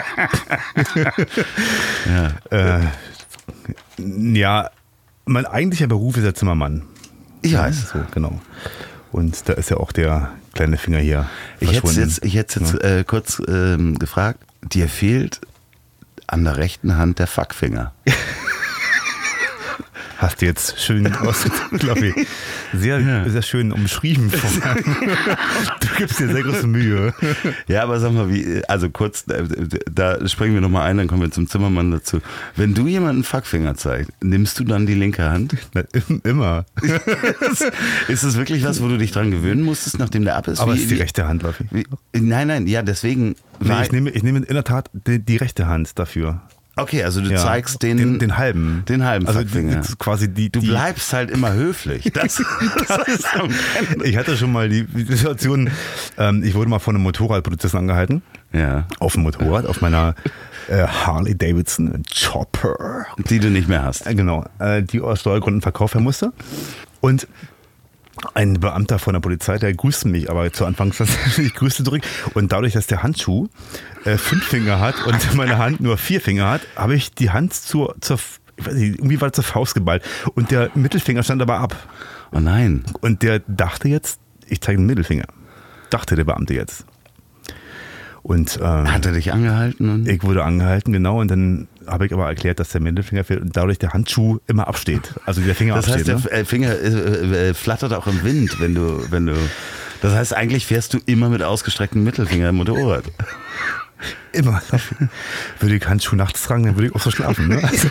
Ja, mein eigentlicher Beruf ist der Zimmermann. Ich weiß. So, genau. Und da ist ja auch der kleine Finger hier Ich hätte jetzt kurz gefragt, dir fehlt an der rechten Hand der Fuckfinger. Hast du jetzt schön glaube ich, sehr schön umschrieben. Du gibst dir sehr große Mühe. Ja, aber sag mal, also kurz, da springen wir nochmal ein, dann kommen wir zum Zimmermann dazu. Wenn du jemanden Fuckfinger zeigst, nimmst du dann die linke Hand? Na, immer. Ist es wirklich was, wo du dich dran gewöhnen musstest, nachdem der ab ist? Aber es ist die rechte Hand, Loffi. Nein, ja, deswegen. Nee, ich nehme in der Tat die rechte Hand dafür. Okay, also du zeigst den halben. Den halben Fuckfinger. Also quasi du bleibst halt immer höflich. Das ist ich hatte schon mal die Situation, ich wurde mal von einem Motorradpolizisten angehalten. Ja. Auf dem Motorrad, auf meiner Harley Davidson Chopper. Die du nicht mehr hast. Genau, die aus Steuergründen verkauft werden musste. Und ein Beamter von der Polizei, der grüßte mich, aber zu Anfangs, ich grüßte zurück. Und dadurch, dass der Handschuh 5 Finger hat und meine Hand nur 4 Finger hat, habe ich die Hand ich weiß nicht, irgendwie war zur Faust geballt. Und der Mittelfinger stand aber ab. Oh nein. Und der dachte jetzt, ich zeige den Mittelfinger. Dachte der Beamte jetzt. Und hat er dich angehalten? Ich wurde angehalten, genau. Und dann habe ich aber erklärt, dass der Mittelfinger fehlt und dadurch der Handschuh immer absteht. Also der Finger absteht. Das heißt, der Finger flattert auch im Wind, wenn du. Das heißt, eigentlich fährst du immer mit ausgestrecktem Mittelfinger im Motorrad. Immer. Würde ich Handschuh nachts tragen, dann würde ich auch so schlafen. Ne? Also.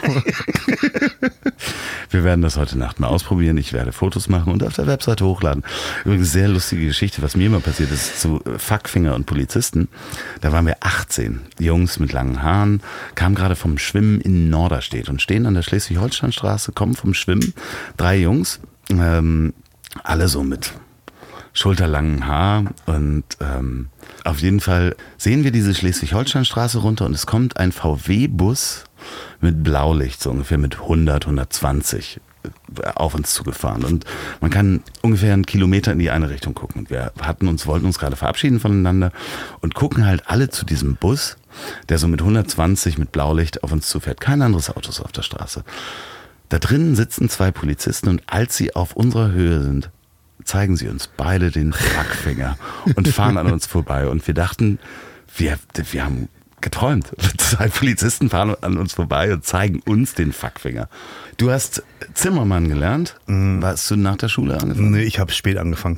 Wir werden das heute Nacht mal ausprobieren. Ich werde Fotos machen und auf der Webseite hochladen. Übrigens sehr lustige Geschichte, was mir immer passiert ist zu Fuckfinger und Polizisten. Da waren wir 18 Jungs mit langen Haaren, kamen gerade vom Schwimmen in Norderstedt und stehen an der Schleswig-Holstein-Straße, kommen vom Schwimmen. 3 Jungs, alle so mit schulterlangen Haar und auf jeden Fall sehen wir diese Schleswig-Holstein-Straße runter und es kommt ein VW-Bus mit Blaulicht, so ungefähr mit 100, 120 auf uns zugefahren. Und man kann ungefähr 1 Kilometer in die eine Richtung gucken. Und wir wollten uns gerade verabschieden voneinander und gucken halt alle zu diesem Bus, der so mit 120 mit Blaulicht auf uns zufährt. Kein anderes Auto ist auf der Straße. Da drinnen sitzen 2 Polizisten und als sie auf unserer Höhe sind, zeigen sie uns beide den Fuckfinger und fahren an uns vorbei. Und wir dachten, wir haben geträumt. 2 Polizisten fahren an uns vorbei und zeigen uns den Fuckfinger. Du hast Zimmermann gelernt. Warst du nach der Schule angefangen? Nee, ich habe spät angefangen.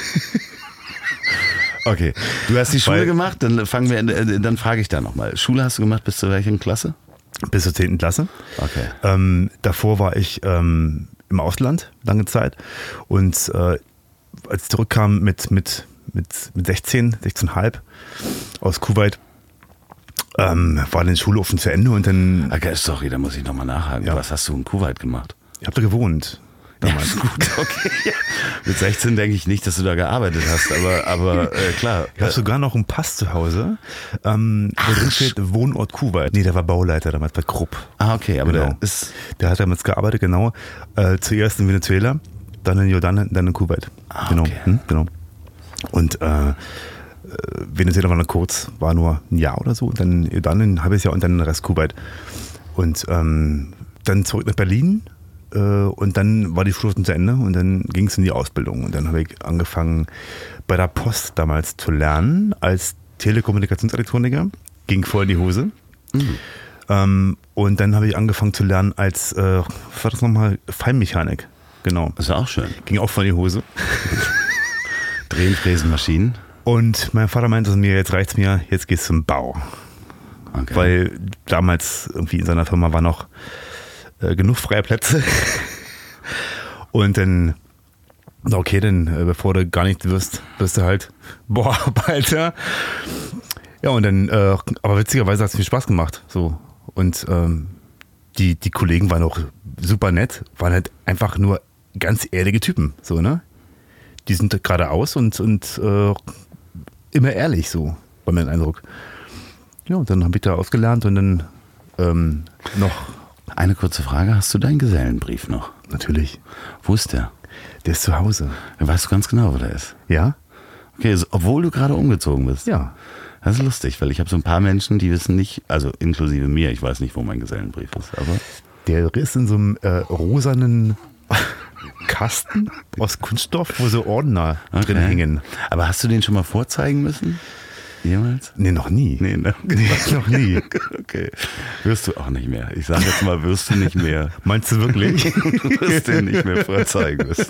Okay, du hast die Schule gemacht, dann frage ich da nochmal. Schule hast du gemacht bis zu welcher Klasse? Bis zur 10. Klasse. Okay. Davor war ich im Ausland lange Zeit und als ich zurückkam mit 16,5 aus Kuwait, war dann die Schule offen zu Ende und dann... Okay, sorry, da muss ich nochmal nachhaken. Ja. Was hast du in Kuwait gemacht? Ich habe da gewohnt. damals. Ja, gut, okay. Ja. Mit 16 denke ich nicht, dass du da gearbeitet hast, aber klar. Ich habe sogar noch einen Pass zu Hause, wo drin steht Wohnort Kuwait. Nee, der war Bauleiter damals bei Krupp. Ah, okay, aber Genau. Der hat damals gearbeitet, genau. Zuerst in Venezuela, dann in Jordanien, dann in Kuwait. Genau. Okay. Genau. Und Venezuela war noch kurz, war nur ein Jahr oder so. Und dann Jordanien ein halbes Jahr und dann den Rest Kuwait. Und dann zurück nach Berlin. Und dann war die Schule zu Ende und dann ging es in die Ausbildung. Und dann habe ich angefangen bei der Post damals zu lernen als Telekommunikationselektroniker. Ging voll in die Hose. Und dann habe ich angefangen zu lernen als, was war das nochmal? Feinmechanik. Genau. Das ist auch schön. Ging auch voll in die Hose. Drehen, Fräsen, Maschinen. Und mein Vater meinte zu mir, jetzt reicht's mir, jetzt gehst du zum Bau. Okay. Weil damals irgendwie in seiner Firma war noch genug freie Plätze. Und dann, okay, dann bevor du gar nichts wirst du halt Bauarbeiter. Ja, und dann, aber witzigerweise hat es mir Spaß gemacht. So. Und die Kollegen waren auch super nett, waren halt einfach nur ganz ehrliche Typen. So, ne? Die sind geradeaus und immer ehrlich, so, war mein Eindruck. Ja, und dann habe ich da ausgelernt und dann noch. Eine kurze Frage, hast du deinen Gesellenbrief noch? Natürlich. Wo ist der? Der ist zu Hause. Weißt du ganz genau, wo der ist? Ja? Okay, also, obwohl du gerade umgezogen bist? Ja. Das ist lustig, weil ich habe so ein paar Menschen, die wissen nicht, also inklusive mir, ich weiß nicht, wo mein Gesellenbrief ist, aber... Der ist in so einem rosanen Kasten aus Kunststoff, wo so Ordner drin hängen. Aber hast du den schon mal vorzeigen müssen? Jemals? Nee, noch nie. Nee, ne? Nee, noch nie. Okay. Wirst du auch nicht mehr. Ich sage jetzt mal, wirst du nicht mehr. Meinst du wirklich? Du wirst den nicht mehr vorzeigen müssen.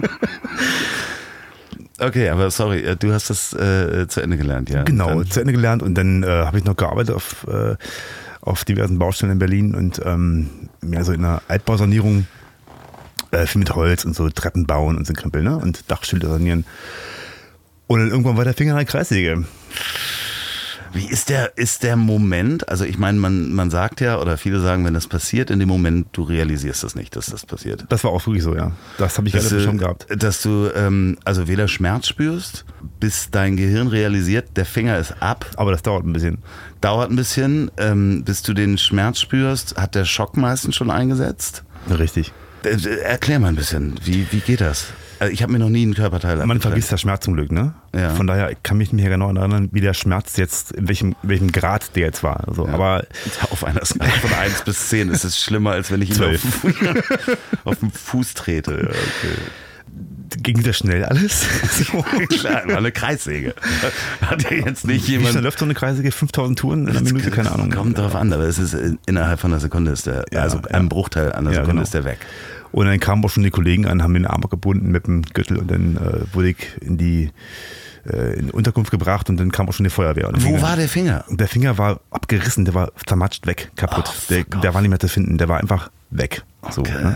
Okay, aber sorry, du hast das zu Ende gelernt, ja? Genau, dann zu Ende gelernt und dann habe ich noch gearbeitet auf diversen Baustellen in Berlin und mehr so in einer Altbausanierung, viel mit Holz und so Treppen bauen und so Krempel, ne? Und Dachschilder sanieren. Und dann irgendwann war der Finger in der Kreissäge. Wie ist der Moment, also ich meine, man sagt ja, oder viele sagen, wenn das passiert, in dem Moment, du realisierst das nicht, dass das passiert. Das war auch wirklich so, ja. Das habe ich alles schon gehabt. Dass du also weder Schmerz spürst, bis dein Gehirn realisiert, der Finger ist ab. Aber das dauert ein bisschen. Dauert ein bisschen, bis du den Schmerz spürst, hat der Schock meistens schon eingesetzt. Richtig. Erklär mal ein bisschen, wie geht das? Also ich habe mir noch nie einen Körperteil Man vergisst das Schmerz zum Glück, ne? Ja. Von daher kann ich mich genau erinnern, wie der Schmerz jetzt, in welchem Grad der jetzt war. Also, Ja. Aber auf einer Skala von 1 bis 10 ist es schlimmer, als wenn ich ihn 12. auf den Fuß trete. Ja, okay. ging das schnell alles? Klar, war eine Kreissäge. Hat ja jetzt nicht Wie jemand... schnell läuft so eine Kreissäge? 5000 Touren in einer Minute? Keine Ahnung. Kommt drauf an, aber es ist innerhalb von einer Sekunde ist der, Ja, also ja. einem Bruchteil einer Sekunde genau. ist der weg. Und dann kamen auch schon die Kollegen an, haben mir den Arm gebunden mit dem Gürtel und dann wurde ich in die Unterkunft gebracht und dann kam auch schon die Feuerwehr. Und Wo war der Finger? Der Finger war abgerissen, der war zermatscht weg, kaputt. Der war nicht mehr zu finden, der war einfach weg. So, Okay. ne?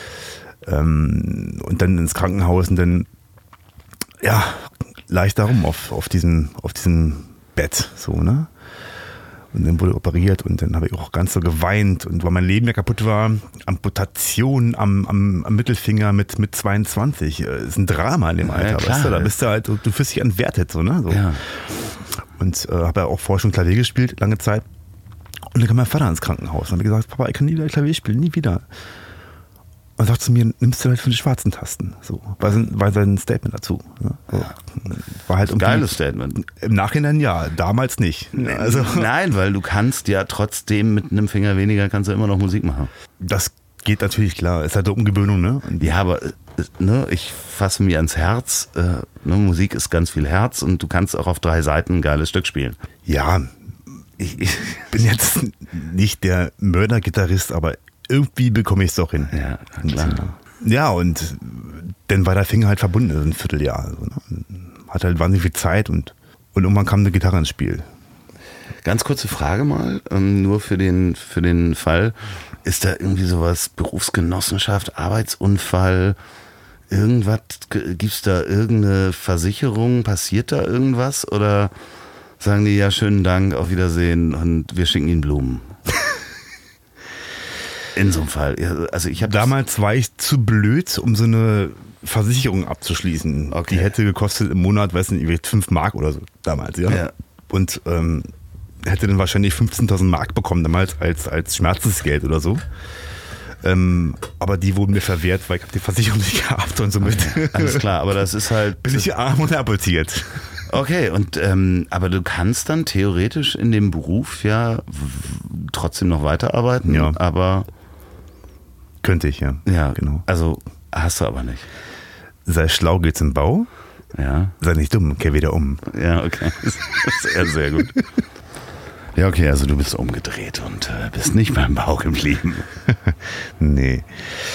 Und dann ins Krankenhaus und dann ja, leicht darum auf diesem Bett. So, ne? Und dann wurde operiert und dann habe ich auch ganz so geweint und weil mein Leben ja kaputt war, Amputation am Mittelfinger mit 22, ist ein Drama in dem Alter, Ja, klar. weißt du, da bist du halt, du fühlst dich entwertet, so, ne? So. Ja. Und habe ja auch vorher schon Klavier gespielt, lange Zeit. Und dann kam mein Vater ins Krankenhaus und habe gesagt, Papa, ich kann nie wieder Klavier spielen, nie wieder. Und sagt zu mir, nimmst du halt von den schwarzen Tasten. So, war sein Statement dazu. Ne? So. War halt irgendwie- Geiles Statement. Im Nachhinein ja, damals nicht. Also, Nein, weil du kannst ja trotzdem mit einem Finger weniger kannst du immer noch Musik machen. das geht natürlich klar. Ist halt eine Umgewöhnung, ne? Und Ja, aber ne, ich fasse mir ans Herz, ne, Musik ist ganz viel Herz und du kannst auch auf 3 Seiten ein geiles Stück spielen. ja, ich bin jetzt nicht der Mörder-Gitarrist, aber irgendwie bekomme ich es doch hin. Ja, klar. Ja, und dann war der Finger halt verbunden, also ein Vierteljahr. Also, ne? Hat halt wahnsinnig viel Zeit und irgendwann kam eine Gitarre ins Spiel. Ganz kurze Frage mal, nur für den Fall, ist da irgendwie sowas, Berufsgenossenschaft, Arbeitsunfall, irgendwas, gibt's da irgendeine Versicherung, passiert da irgendwas oder sagen die, ja schönen Dank, auf Wiedersehen und wir schicken Ihnen Blumen? in so einem Fall? Also ich habe Damals war ich zu blöd, um so eine Versicherung abzuschließen. Okay. Die hätte gekostet im Monat, weiß nicht, 5 Mark oder so damals, ja. Ja. Und hätte dann wahrscheinlich 15.000 Mark bekommen damals als Schmerzensgeld oder so. Aber die wurden mir verwehrt, weil ich habe die Versicherung nicht gehabt und somit Alles klar, aber das ist halt... bin ich arm und amputiert. Okay, und aber du kannst dann theoretisch in dem Beruf ja trotzdem noch weiterarbeiten, Ja. aber... Könnte ich, ja. Ja, Genau. Also hast du aber nicht. Sei schlau, geht's im Bau. Ja, Sei nicht dumm, kehr wieder um. ja, okay. Sehr, sehr gut. Ja, okay, also du bist umgedreht und bist nicht beim Bau geblieben. Nee.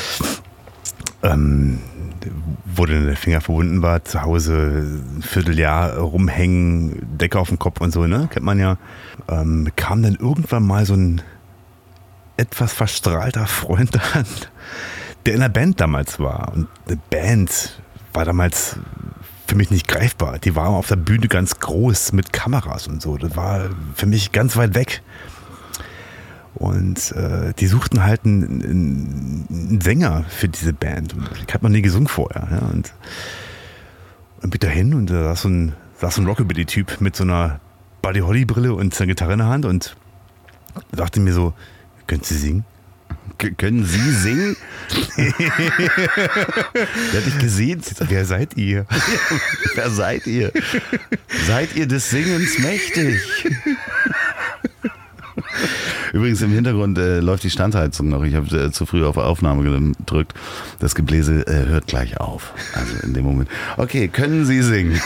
Wo dann der Finger verbunden war, zu Hause ein Vierteljahr rumhängen, Decke auf dem Kopf und so, ne? Kennt man ja. Kam dann irgendwann mal so ein etwas verstrahlter Freund an, der in der Band damals war. Und eine Band war damals für mich nicht greifbar. Die war auf der Bühne ganz groß mit Kameras und so. Das war für mich ganz weit weg. Und die suchten halt einen Sänger für diese Band. Und ich habe noch nie gesungen vorher. Ja. Und bin da hin und da saß so ein Rockabilly-Typ mit so einer Buddy Holly-Brille und seiner Gitarre in der Hand und sagte mir so, können Sie singen? Können Sie singen? Der hat dich gesehen. Wer seid ihr? Wer seid ihr? Seid ihr des Singens mächtig? Übrigens im Hintergrund läuft die Standheizung noch. Ich habe zu früh auf Aufnahme gedrückt. Das Gebläse hört gleich auf. Also in dem Moment. Okay, können Sie singen?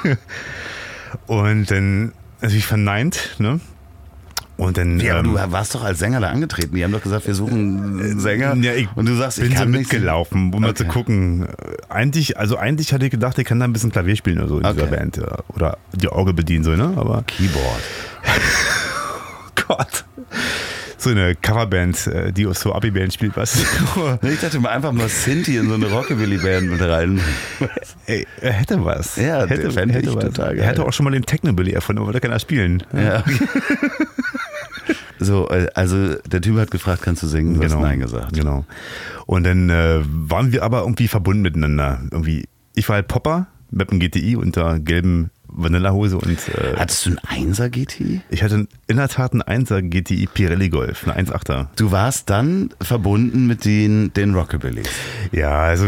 Und dann natürlich verneint, ne? Und dann, Ja, aber du warst doch als Sänger da angetreten. Die haben doch gesagt, wir suchen einen Sänger. Ja, und du sagst, ich bin so kann nicht mitgelaufen, um mal zu gucken. Eigentlich hatte ich gedacht, ich kann da ein bisschen Klavier spielen oder so in dieser Band. Ja. Oder die Orgel bedienen, so, ne? Aber Keyboard. Gott. So eine Coverband, die aus so Abi-Band spielt, was? Ich dachte mal einfach mal Sinti in so eine Rockabilly-Band mit rein. Ey, er hätte was. Ja, fände ich was. total geil. Er hätte auch schon mal den Technobilly erfunden, aber wollte keiner spielen. Ja, okay. So, also der Typ hat gefragt, kannst du singen? Du hast Nein gesagt. Genau. Und dann waren wir aber irgendwie verbunden miteinander. Irgendwie, ich war halt Popper mit einem GTI unter gelben Vanillahose und hattest du einen 1er GTI? Ich hatte in der Tat einen 1er GTI Pirelli Golf, eine 1.8er. Du warst dann verbunden mit den Rockabillys. Ja, also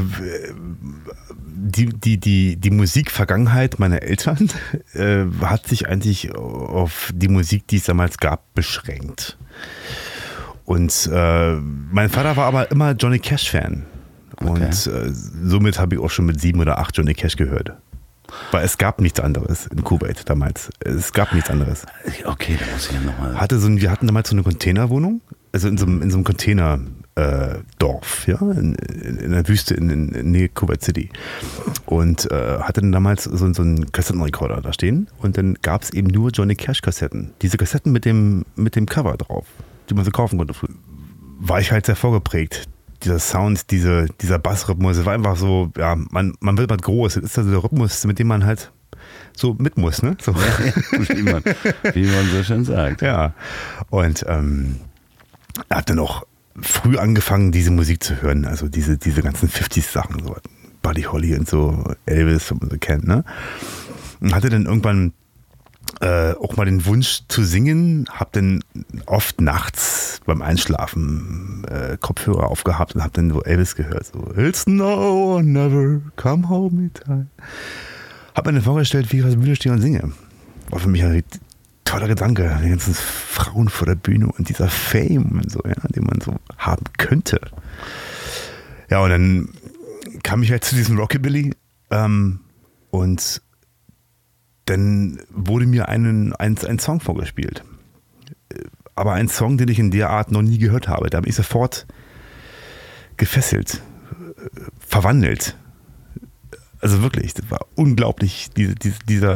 die Musikvergangenheit meiner Eltern hat sich eigentlich auf die Musik, die es damals gab, beschränkt. Und mein Vater war aber immer Johnny Cash Fan. Und somit habe ich auch schon mit 7 oder 8 Johnny Cash gehört. Weil es gab nichts anderes in Kuwait damals. Es gab nichts anderes. Okay, da muss ich ja nochmal... Wir hatten damals so eine Containerwohnung, also in so einem Containerdorf, ja, in der Wüste in Nähe Kuwait City. Und hatte dann damals so einen Kassettenrekorder da stehen. Und dann gab es eben nur Johnny Cash Kassetten. Diese Kassetten mit dem Cover drauf, die man so kaufen konnte. War ich halt sehr vorgeprägt. Dieser Sound, dieser Bassrhythmus, es war einfach so, ja, man wird mal groß. Das ist also der Rhythmus, mit dem man halt so mit muss, ne? So. Wie man so schön sagt. Ja. Und er hat dann auch früh angefangen, diese Musik zu hören, also diese ganzen 50s-Sachen, so Buddy Holly und so, Elvis, was man so kennt, ne? Und hatte dann irgendwann auch mal den Wunsch zu singen, hab dann oft nachts beim Einschlafen Kopfhörer aufgehabt und hab dann so Elvis gehört, so It's no never come home me time. Hab mir dann vorgestellt, wie ich auf der Bühne stehe und singe. War für mich ein toller Gedanke, die ganzen Frauen vor der Bühne und dieser Fame und so, ja, den man so haben könnte. Ja, und dann kam ich halt zu diesem Rockabilly und dann wurde mir ein Song vorgespielt. Aber ein Song, den ich in der Art noch nie gehört habe. Da habe ich sofort gefesselt, verwandelt. Also wirklich, das war unglaublich, dieser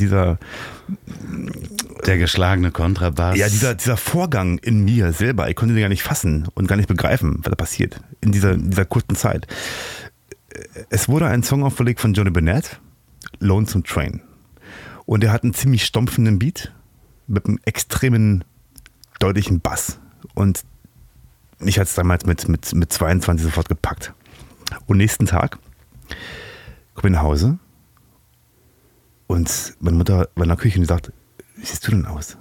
der geschlagene Kontrabass. Ja, dieser Vorgang in mir selber, ich konnte den gar nicht fassen und gar nicht begreifen, was da passiert in dieser kurzen Zeit. Es wurde ein Song aufgelegt von Johnny Burnett, Lonesome Train. Und er hat einen ziemlich stumpfenden Beat mit einem extremen, deutlichen Bass. Und mich hat es damals mit 22 sofort gepackt. Und nächsten Tag komme ich nach Hause und meine Mutter war in der Küche und die sagt, wie siehst du denn aus?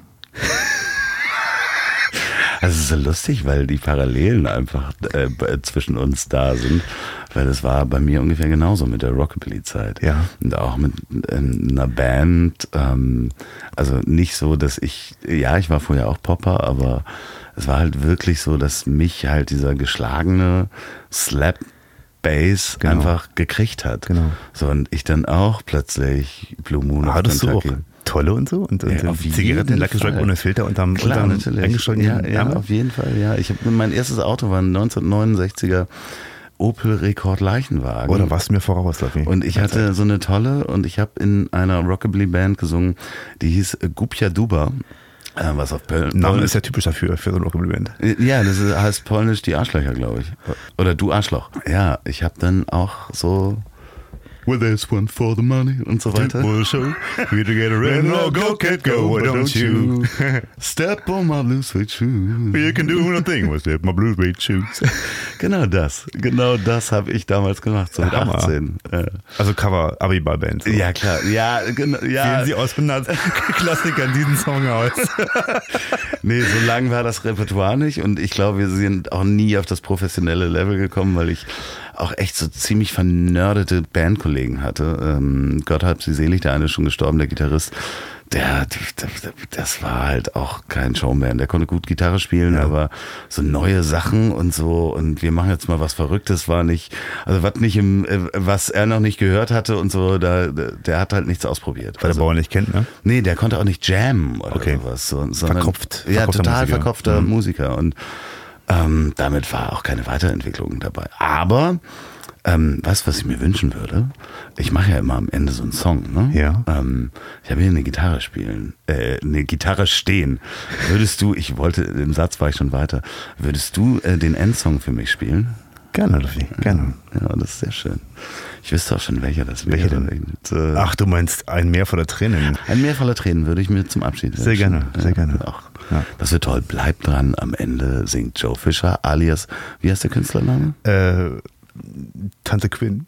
Also es ist so lustig, weil die Parallelen einfach zwischen uns da sind, weil es war bei mir ungefähr genauso mit der Rockabilly-Zeit. Ja. Und auch mit einer Band, also nicht so, dass ich war vorher auch Popper, aber es war halt wirklich so, dass mich halt dieser geschlagene Slap-Bass einfach gekriegt hat. Genau. So, und ich dann auch plötzlich Blue Moon auf Hattest du auch Kentucky. Tolle und so? Und Zigaretten, Lucky Strike ohne Filter unterm eingeschalteten ja, auf jeden Fall, ja. Mein erstes Auto war ein 1969er Opel Rekord Leichenwagen. Oder warst du mir voraus, Lavi? Und ich hatte so eine tolle, und ich habe in einer Rockabilly-Band gesungen, die hieß Gupja Duba. Was auf Name ist ja typisch dafür, für so eine Rockabilly-Band. Ja, das heißt polnisch die Arschlöcher, glaube ich. Oder du Arschloch. Ja, ich habe dann auch so Well, there's one for the money und so weiter. We together and all go, cat, go, why don't you? Step on my blue suede shoes. You can do nothing with step my blue suede shoes. Genau das habe ich damals gemacht, so mit Hammer. 18. Also Cover, Abiball-Band. So. Ja, klar, ja, genau. Ja. Wählen Sie aus 100 Klassikern diesen Song aus. Nee, so lang war das Repertoire nicht und ich glaube, wir sind auch nie auf das professionelle Level gekommen, weil ich auch echt so ziemlich vernördete Bandkollegen hatte. Gott hab sie selig, der eine ist schon gestorben, der Gitarrist. Das war halt auch kein Showman. Der konnte gut Gitarre spielen, aber so neue Sachen und so, und wir machen jetzt mal was Verrücktes, war nicht, also was er noch nicht gehört hatte und so, der hat halt nichts ausprobiert. Weil der Bauer nicht kennt, ne? Nee, der konnte auch nicht jammen oder sowas. Sondern, Verkopft. Ja, total Musiker. verkopfter Musiker. Und damit war auch keine Weiterentwicklung dabei. Aber weißt du, was ich mir wünschen würde? Ich mache ja immer am Ende so einen Song, ne? Ja. Ich habe hier eine Gitarre stehen. Im Satz war ich schon weiter. Würdest du den Endsong für mich spielen? Gerne, Luffy, gerne. Ja, das ist sehr schön. Ich wüsste auch schon, welcher das wäre. Welcher denn? Ach, du meinst ein Meer voller Tränen? Ein Meer voller Tränen würde ich mir zum Abschied wünschen. Sehr gerne, sehr gerne. Auch. Ja. Das wird toll. Bleibt dran. Am Ende singt Joe Fischer alias, wie heißt der Künstlername? Tante Quinn.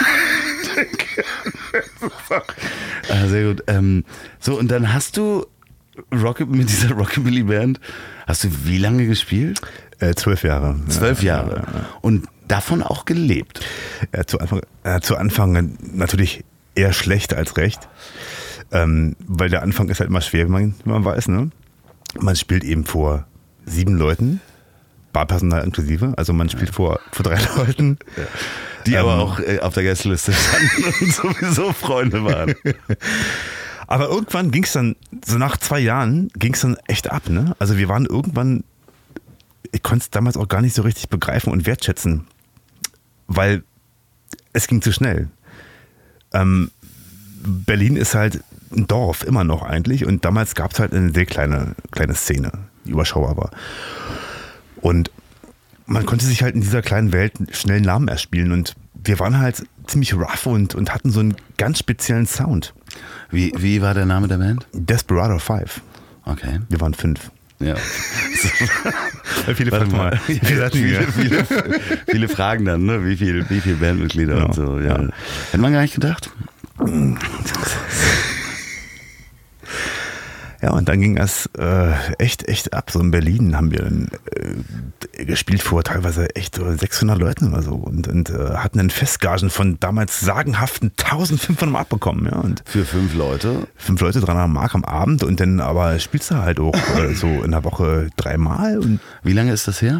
Sehr gut. So, und dann hast du mit dieser Rockabilly-Band, hast du wie lange gespielt? 12 Jahre. 12 Jahre. Ja. Und davon auch gelebt? Zu Anfang natürlich eher schlecht als recht. Weil der Anfang ist halt immer schwer, wie man weiß, ne? Man spielt eben vor 7 Leuten, Barpersonal inklusive, also man spielt vor 3 Leuten. Ja. Die aber auch auf der Gästeliste standen und sowieso Freunde waren. Aber irgendwann ging es dann, so nach 2 Jahren, ging es dann echt ab, ne? Also wir waren irgendwann, ich konnte es damals auch gar nicht so richtig begreifen und wertschätzen, weil es ging zu schnell. Berlin ist halt ein Dorf, immer noch eigentlich, und damals gab es halt eine sehr kleine Szene, die überschaubar war. Und man konnte sich halt in dieser kleinen Welt schnell einen Namen erspielen, und wir waren halt ziemlich rough und hatten so einen ganz speziellen Sound. Wie war der Name der Band? Desperado 5. Okay. Wir waren 5. Ja. Viele Fragen dann, ne? Wie viel Bandmitglieder und so. Ja. Hätte man gar nicht gedacht. Ja, und dann ging es echt ab. So in Berlin haben wir dann gespielt vor teilweise echt 600 Leuten oder so und hatten einen Festgagen von damals sagenhaften 1500 Mark bekommen. Ja, und für 5 Leute? 5 Leute, 300 Mark am Abend, und dann aber spielst du halt auch so in der Woche 3 Mal. Und wie lange ist das her?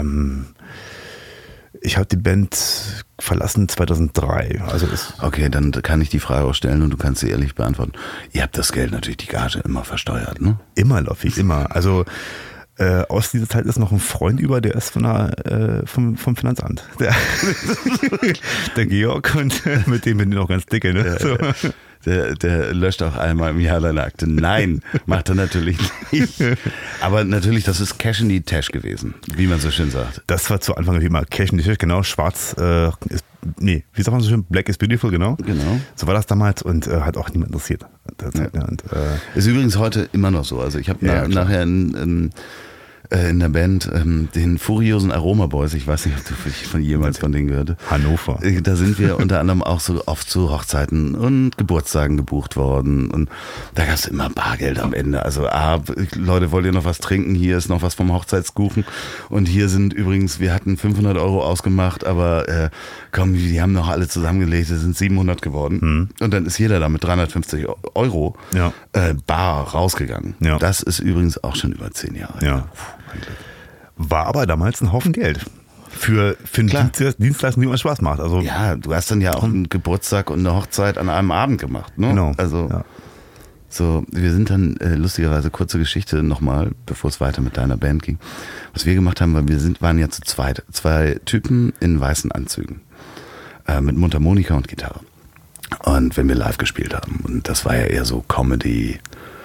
Ich habe die Band verlassen 2003. Also okay, dann kann ich die Frage auch stellen und du kannst sie ehrlich beantworten. Ihr habt das Geld natürlich, die Gage, immer versteuert, ne? Immer, Loffi, immer. Also aus dieser Zeit ist noch ein Freund über, der ist vom Finanzamt. Der Georg, und mit dem bin ich noch ganz dicke. Ne? So. Der löscht auch einmal im Jahr deine Akte. Nein, macht er natürlich nicht. Aber natürlich, das ist Cash in the Tash gewesen, wie man so schön sagt. Das war zu Anfang immer Cash in the Tash, genau. Schwarz wie sagt man so schön? Black is beautiful, genau. So war das damals, und hat auch niemand interessiert. Ist übrigens heute immer noch so. Also ich habe nachher in der Band, den furiosen Aroma Boys. Ich weiß nicht, ob du von jemals von denen gehört hast. Hannover. Da sind wir unter anderem auch so oft zu Hochzeiten und Geburtstagen gebucht worden. Und da gab es immer Bargeld am Ende. Also, Leute, wollt ihr noch was trinken? Hier ist noch was vom Hochzeitskuchen. Und hier sind übrigens, wir hatten 500 € ausgemacht, aber komm, die haben noch alle zusammengelegt, es sind 700 geworden. Und dann ist jeder da mit 350 € bar rausgegangen. Ja. Das ist übrigens auch schon über 10 Jahre. Ja. War aber damals ein Haufen Geld. Für eine Dienstleistung, die immer Spaß macht. Also, ja, du hast dann ja auch einen Geburtstag und eine Hochzeit an einem Abend gemacht. Ne? Genau. Also, so, wir sind dann lustigerweise, kurze Geschichte nochmal, bevor es weiter mit deiner Band ging. Was wir gemacht haben, weil waren ja zu zweit. 2 Typen in weißen Anzügen. Mit Mundharmonika und Gitarre. Und wenn wir live gespielt haben. Und das war ja eher so Comedy,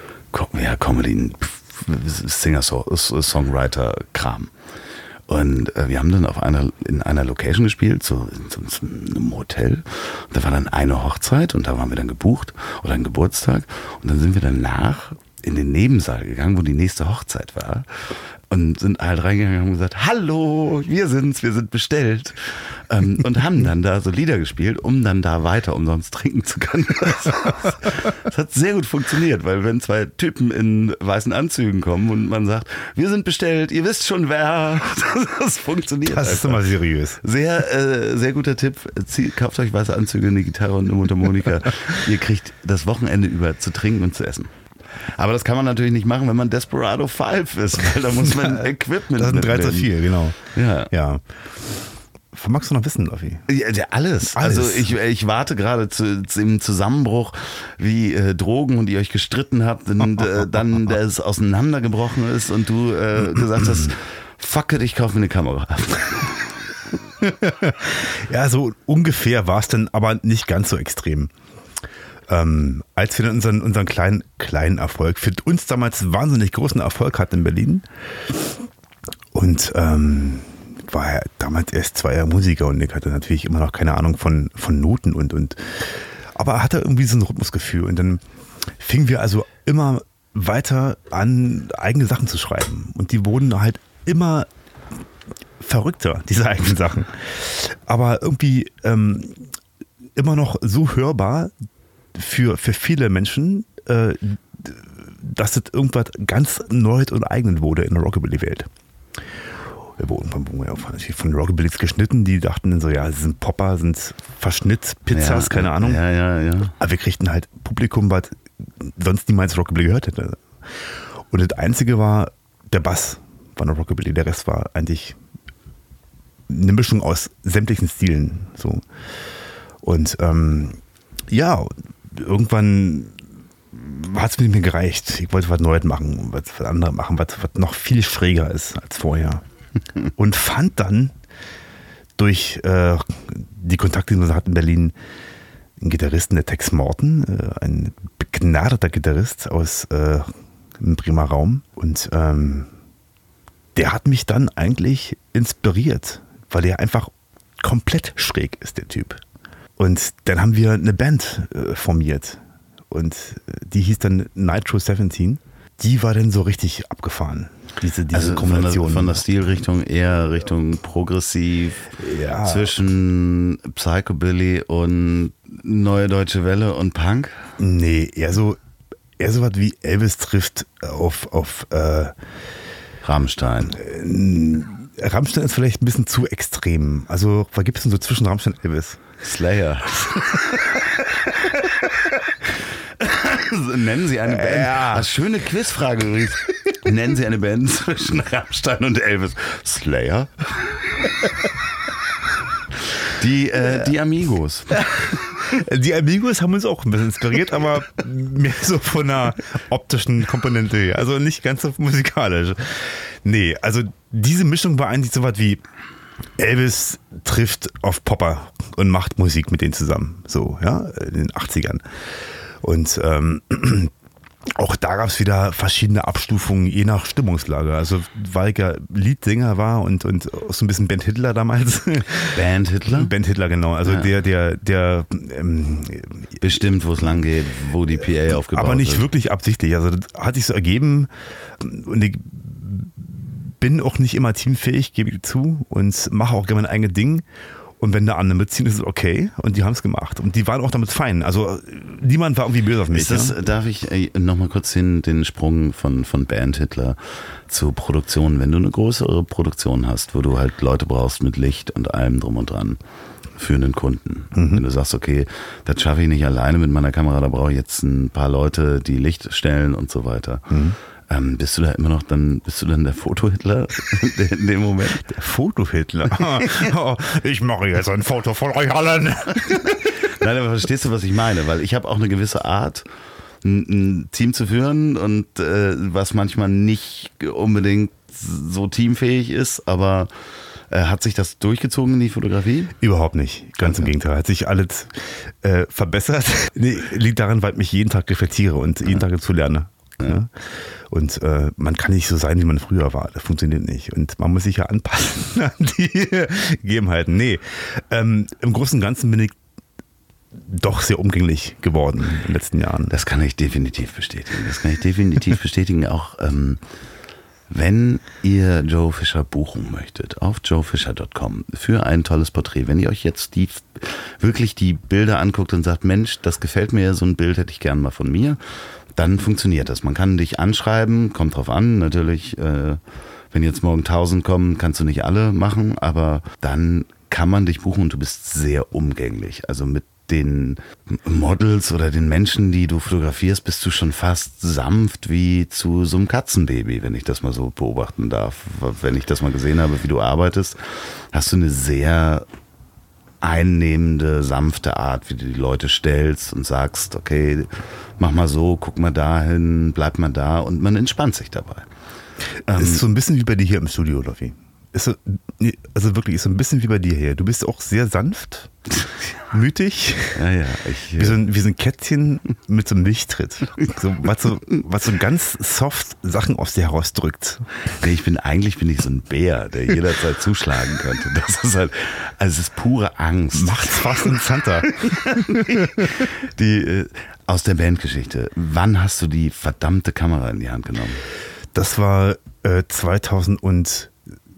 Singer-Songwriter-Kram. Und wir haben dann in einer Location gespielt, so in einem Hotel. Und da war dann eine Hochzeit und da waren wir dann gebucht oder ein Geburtstag. Und dann sind wir danach in den Nebensaal gegangen, wo die nächste Hochzeit war. Und sind halt reingegangen und haben gesagt, hallo, wir sind bestellt. Und haben dann da so Lieder gespielt, um dann da weiter umsonst trinken zu können. Das hat sehr gut funktioniert, weil wenn 2 Typen in weißen Anzügen kommen und man sagt, wir sind bestellt, ihr wisst schon wer, das funktioniert. Das ist immer seriös. Sehr, sehr guter Tipp. Kauft euch weiße Anzüge, eine Gitarre und eine Mundharmonika. Ihr kriegt das Wochenende über zu trinken und zu essen. Aber das kann man natürlich nicht machen, wenn man Desperado 5 ist, weil da muss man Equipment Das sind 3 zu 4, genau. Ja. Was magst du noch wissen, Loffi? Ja, alles. Also ich warte gerade im Zusammenbruch, wie Drogen und ihr euch gestritten habt und dann das auseinandergebrochen ist und du gesagt hast, fuck it, ich kaufe mir eine Kamera. Ja, so ungefähr war es dann, aber nicht ganz so extrem. Als wir dann unseren kleinen Erfolg, für uns damals wahnsinnig großen Erfolg hatten in Berlin und war er damals erst 2 Jahre Musiker und Nick hatte natürlich immer noch keine Ahnung von Noten und aber er hatte irgendwie so ein Rhythmusgefühl und dann fingen wir also immer weiter an, eigene Sachen zu schreiben und die wurden halt immer verrückter, diese eigenen Sachen, aber irgendwie immer noch so hörbar für viele Menschen, dass das irgendwas ganz Neues und Eigenes wurde in der Rockabilly-Welt. Wir wurden von Rockabillys geschnitten, die dachten dann so, ja, sie sind Popper, sind Verschnitt, Pizzas, keine Ahnung. Ja. Aber wir kriegten halt Publikum, was sonst niemals Rockabilly gehört hätte. Und das Einzige war der Bass von der Rockabilly. Der Rest war eigentlich eine Mischung aus sämtlichen Stilen. So. Und irgendwann hat es mir nicht mehr gereicht. Ich wollte was Neues machen, was anderes machen, was noch viel schräger ist als vorher. Und fand dann durch die Kontakte, die man hat in Berlin, einen Gitarristen, der Tex Morton, ein begnadeter Gitarrist aus dem Bremer Raum. Und der hat mich dann eigentlich inspiriert, weil der einfach komplett schräg ist, der Typ. Und dann haben wir eine Band formiert und die hieß dann Nitro 17. Die war dann so richtig abgefahren, diese also Kombination. Von der Stilrichtung eher Richtung progressiv, zwischen Psychobilly und Neue Deutsche Welle und Punk? Nee, eher so was wie Elvis trifft auf Rammstein. Rammstein ist vielleicht ein bisschen zu extrem. Also, was gibt es denn so zwischen Rammstein und Elvis? Slayer. Nennen Sie eine Band. Ja. Schöne Quizfrage übrigens. Nennen Sie eine Band zwischen Rammstein und Elvis. Slayer. Die Amigos. Die Amigos haben uns auch ein bisschen inspiriert, aber mehr so von einer optischen Komponente her. Also nicht ganz so musikalisch. Nee, also diese Mischung war eigentlich so was wie Elvis trifft auf Popper und macht Musik mit denen zusammen. So, ja, in den 80ern. Und auch da gab es wieder verschiedene Abstufungen, je nach Stimmungslage. Also, weil ich ja Leadsänger war und auch so ein bisschen Band Hitler damals. Band Hitler? Band Hitler, genau. Also der bestimmt, wo es lang geht, wo die PA aufgebaut aber nicht wird. Wirklich absichtlich. Also, das hat sich so ergeben und ich bin auch nicht immer teamfähig, gebe ich zu, und mache auch gerne mein eigenes Ding. Und wenn da andere mitziehen, ist es okay. Und die haben es gemacht. Und die waren auch damit fein. Also niemand war irgendwie böse auf mich. Darf ich nochmal kurz den Sprung von Band Hitler zu Produktion? Wenn du eine größere Produktion hast, wo du halt Leute brauchst mit Licht und allem drum und dran für einen Kunden. Wenn du sagst, okay, das schaffe ich nicht alleine mit meiner Kamera, da brauche ich jetzt ein paar Leute, die Licht stellen und so weiter. Bist du da immer noch bist du dann der Foto-Hitler in dem Moment? Der Foto-Hitler? Oh, ich mache jetzt ein Foto von euch allen. Nein, aber verstehst du, was ich meine? Weil ich habe auch eine gewisse Art, ein Team zu führen und was manchmal nicht unbedingt so teamfähig ist, aber hat sich das durchgezogen in die Fotografie? Überhaupt nicht. Ganz im Gegenteil. Hat sich alles verbessert. Nee, liegt daran, weil ich mich jeden Tag reflektiere und jeden Tag dazu lerne. Ja. Und man kann nicht so sein, wie man früher war. Das funktioniert nicht. Und man muss sich ja anpassen an die Gegebenheiten. Nee, im Großen und Ganzen bin ich doch sehr umgänglich geworden in den letzten Jahren. Das kann ich definitiv bestätigen. Auch wenn ihr Joe Fischer buchen möchtet, auf joefischer.com für ein tolles Porträt. Wenn ihr euch jetzt wirklich die Bilder anguckt und sagt, Mensch, das gefällt mir, so ein Bild hätte ich gern mal von mir, dann funktioniert das. Man kann dich anschreiben, kommt drauf an, natürlich, wenn jetzt morgen 1000 kommen, kannst du nicht alle machen, aber dann kann man dich buchen und du bist sehr umgänglich. Also mit den Models oder den Menschen, die du fotografierst, bist du schon fast sanft wie zu so einem Katzenbaby, wenn ich das mal so beobachten darf. Wenn ich das mal gesehen habe, wie du arbeitest, hast du eine sehr einnehmende, sanfte Art, wie du die Leute stellst und sagst, okay, mach mal so, guck mal dahin, bleib mal da, und man entspannt sich dabei. Ist so ein bisschen wie bei dir hier im Studio, Loffi. Also wirklich, ist so ein bisschen wie bei dir hier. Du bist auch sehr sanft, mütig, ja, wie so ein Kätzchen mit so einem Milchtritt. So, was so ganz soft Sachen aus dir herausdrückt. Nee, eigentlich bin ich so ein Bär, der jederzeit zuschlagen könnte. Das ist halt, also es ist pure Angst. Macht's fast interessanter. Aus der Bandgeschichte, wann hast du die verdammte Kamera in die Hand genommen? Das war 2007.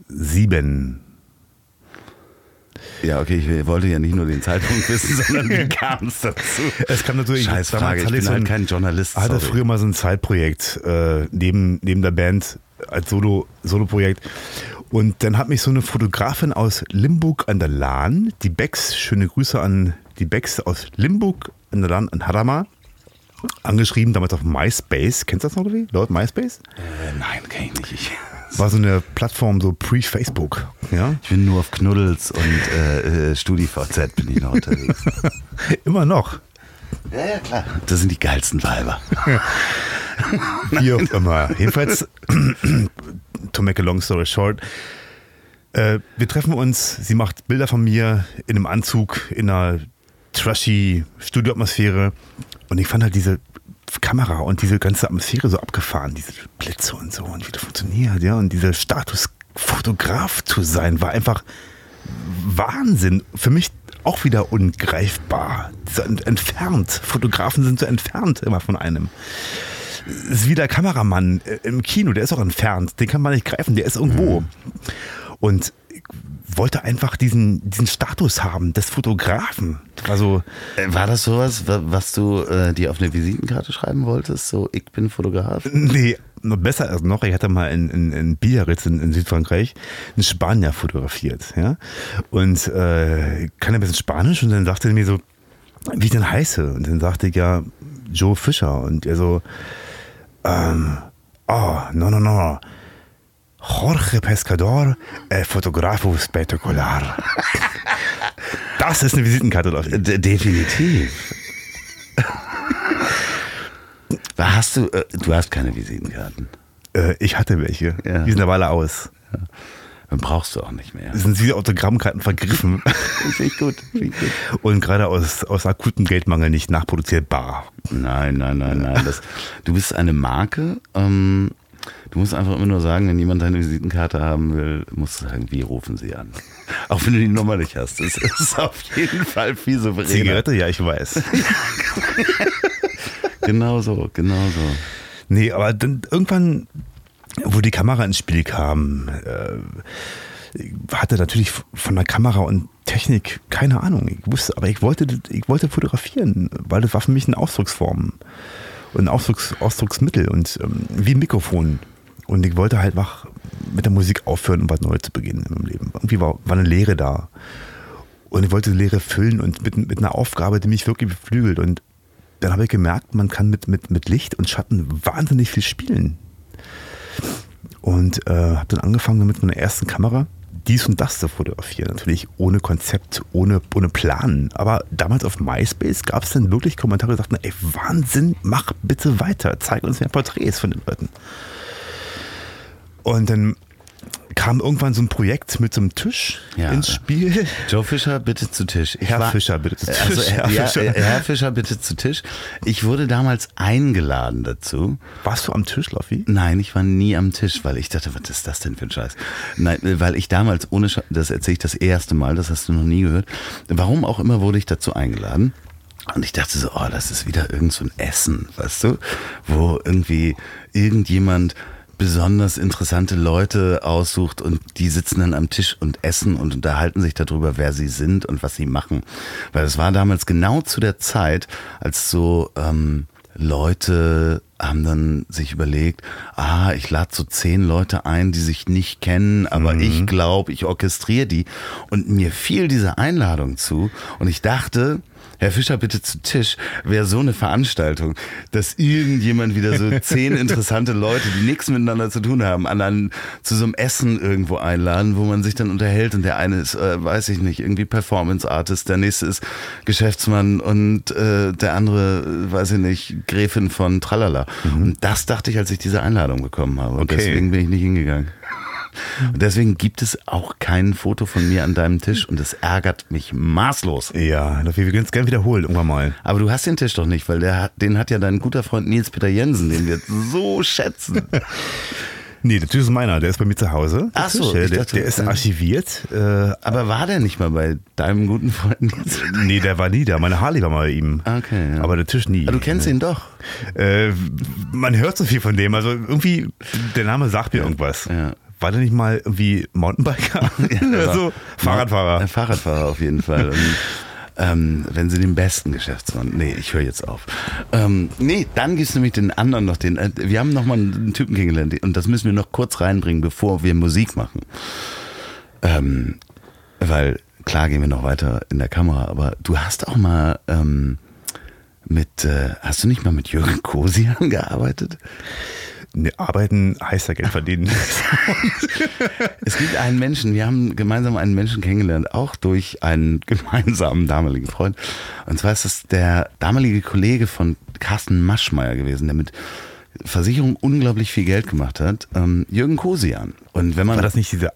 Ja, okay, ich wollte ja nicht nur den Zeitpunkt wissen, sondern wie kam es dazu? Es kam natürlich. Scheißfrage, ich bin halt kein Journalist. Ich hatte früher mal so ein Zeitprojekt neben der Band als Solo-Projekt. Und dann hat mich so eine Fotografin aus Limburg an der Lahn, die Becks, schöne Grüße an die Becks aus Limburg an der Lahn in Hadamar, angeschrieben, damals auf MySpace. Kennst du das noch, oder wie? Laut MySpace? Nein, kenn ich nicht. War so eine Plattform, so pre-Facebook. Ja? Ich bin nur auf Knuddels und StudiVZ bin ich noch unterwegs. Immer noch? Ja, klar. Das sind die geilsten Weiber. Wie auch immer. Jedenfalls, to make a long story short, wir treffen uns, sie macht Bilder von mir in einem Anzug, in einer trashy Studioatmosphäre, und ich fand halt diese Kamera und diese ganze Atmosphäre so abgefahren, diese Blitze und so und wie das funktioniert, ja, und dieser Status Fotograf zu sein, war einfach Wahnsinn. Für mich auch wieder ungreifbar. So entfernt. Fotografen sind so entfernt immer von einem. Es ist wie der Kameramann im Kino, der ist auch entfernt. Den kann man nicht greifen, der ist irgendwo. Und ich wollte einfach diesen Status haben, des Fotografen. Also, war das sowas, was du dir auf eine Visitenkarte schreiben wolltest? So, ich bin Fotograf? Nee, noch besser als noch. Ich hatte mal in Biarritz in Südfrankreich einen Spanier fotografiert. Ja? Und kann ein bisschen Spanisch, und dann sagte er mir so, wie ich denn heiße. Und dann sagte ich ja, Joe Fischer. Und er so, no. Jorge Pescador, Fotografo Spectacular. Das ist eine Visitenkarte, oder? Definitiv. Du hast keine Visitenkarten. Ich hatte welche. Ja. Die sind aber alle aus. Ja. Dann brauchst du auch nicht mehr. Sind diese Autogrammkarten vergriffen. Finde ich gut. Und gerade aus akutem Geldmangel nicht nachproduzierbar. Nein. Du bist eine Marke. Du musst einfach immer nur sagen, wenn jemand deine Visitenkarte haben will, musst du sagen, wie rufen sie an. Auch wenn du die Nummer nicht hast. Das ist auf jeden Fall viel souveräner. Zigarette, ja, ich weiß. Genau so. Nee, aber dann irgendwann wo die Kamera ins Spiel kam, hatte natürlich von der Kamera und Technik keine Ahnung. Ich wollte fotografieren, weil das war für mich eine Ausdrucksform und ein Ausdrucksmittel und wie ein Mikrofon. Und ich wollte halt mit der Musik aufhören, um was Neues zu beginnen in meinem Leben. Irgendwie war eine Leere da. Und ich wollte die Leere füllen und mit einer Aufgabe, die mich wirklich beflügelt. Und dann habe ich gemerkt, man kann mit Licht und Schatten wahnsinnig viel spielen. Und habe dann angefangen mit meiner ersten Kamera dies und das zu fotografieren. Natürlich ohne Konzept, ohne Plan. Aber damals auf MySpace gab es dann wirklich Kommentare, die sagten, ey, Wahnsinn, mach bitte weiter. Zeig uns mehr Porträts von den Leuten. Und dann kam irgendwann so ein Projekt mit so einem Tisch ins Spiel. Joe Fischer, bitte zu Tisch. Herr Fischer, bitte zu Tisch. Herr Fischer, bitte zu Tisch. Ich wurde damals eingeladen dazu. Warst du am Tisch, Loffi? Nein, ich war nie am Tisch, weil ich dachte, was ist das denn für ein Scheiß? Nein, weil ich damals das erzähle ich das erste Mal, das hast du noch nie gehört. Warum auch immer wurde ich dazu eingeladen. Und ich dachte so, das ist wieder irgend so ein Essen, weißt du? Wo irgendwie irgendjemand besonders interessante Leute aussucht und die sitzen dann am Tisch und essen und unterhalten sich darüber, wer sie sind und was sie machen. Weil es war damals genau zu der Zeit, als so Leute haben dann sich überlegt, ich lade so 10 Leute ein, die sich nicht kennen, aber ich glaube, ich orchestriere die. Und mir fiel diese Einladung zu und ich dachte, Herr Fischer, bitte zu Tisch, wäre so eine Veranstaltung, dass irgendjemand wieder so 10 interessante Leute, die nichts miteinander zu tun haben, zu so einem Essen irgendwo einladen, wo man sich dann unterhält und der eine ist, weiß ich nicht, irgendwie Performance-Artist, der nächste ist Geschäftsmann und der andere, weiß ich nicht, Gräfin von Tralala. Und das dachte ich, als ich diese Einladung bekommen habe. Und deswegen bin ich nicht hingegangen. Und deswegen gibt es auch kein Foto von mir an deinem Tisch und es ärgert mich maßlos. Ja, wir können es gerne wiederholen irgendwann mal. Aber du hast den Tisch doch nicht, weil den hat ja dein guter Freund Nils-Peter Jensen, den wir so schätzen. Nee, der Tisch ist meiner, der ist bei mir zu Hause. Ach so, der ist archiviert. Aber war der nicht mal bei deinem guten Freund Nils? Nee, der war nie da. Meine Harley war mal bei ihm. Okay. Ja. Aber der Tisch nie. Aber du kennst ihn doch. Man hört so viel von dem. Also irgendwie, der Name sagt mir irgendwas. Ja. War der nicht mal irgendwie Mountainbiker? Also Fahrradfahrer. Fahrradfahrer auf jeden Fall. Und, wenn sie den besten Geschäftsmann. Nee, ich höre jetzt auf. Nee, dann gibt es nämlich den anderen noch. Wir haben noch mal einen Typen kennengelernt und das müssen wir noch kurz reinbringen, bevor wir Musik machen. Weil klar gehen wir noch weiter in der Kamera, aber du hast auch mal hast du nicht mal mit Jürgen Kosian gearbeitet? Nee, arbeiten heißt ja Geld verdienen. Es gibt einen Menschen, wir haben gemeinsam einen Menschen kennengelernt, auch durch einen gemeinsamen damaligen Freund. Und zwar ist das der damalige Kollege von Carsten Maschmeyer gewesen, der mit Versicherung unglaublich viel Geld gemacht hat. Jürgen Kosian. Und wenn man war das nicht diese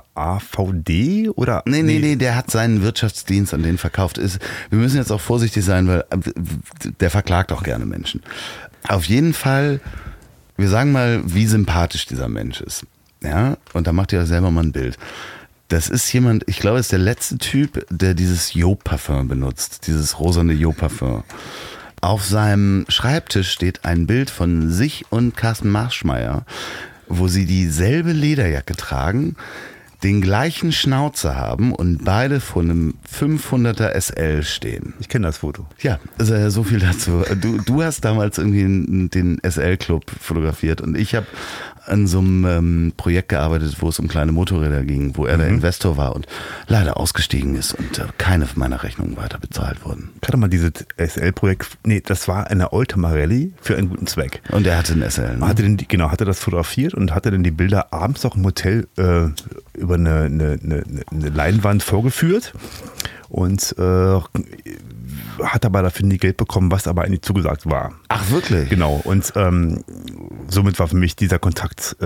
AVD oder? Nee, der hat seinen Wirtschaftsdienst an den verkauft. Wir müssen jetzt auch vorsichtig sein, weil der verklagt auch gerne Menschen. Auf jeden Fall. Wir sagen mal, wie sympathisch dieser Mensch ist. Ja, und da macht ihr selber mal ein Bild. Das ist jemand, ich glaube, es ist der letzte Typ, der dieses Jo-Parfum benutzt, dieses rosane Jo-Parfum. Auf seinem Schreibtisch steht ein Bild von sich und Carsten Maschmeyer, wo sie dieselbe Lederjacke tragen, den gleichen Schnauzer haben und beide vor einem 500er SL stehen. Ich kenne das Foto. Ja, also so viel dazu. Du hast damals irgendwie den SL-Club fotografiert und ich habe an so einem Projekt gearbeitet, wo es um kleine Motorräder ging, wo er der Investor war und leider ausgestiegen ist und keine meiner Rechnungen weiter bezahlt wurden. Ich hatte mal dieses SL-Projekt, das war eine Oldtimer Rallye für einen guten Zweck. Und er hatte ein SL, ne? Hatte das fotografiert und hatte dann die Bilder abends noch im Hotel über eine Leinwand vorgeführt und hat aber dafür nie Geld bekommen, was aber eigentlich zugesagt war. Ach, wirklich? Genau. Und somit war für mich dieser Kontakt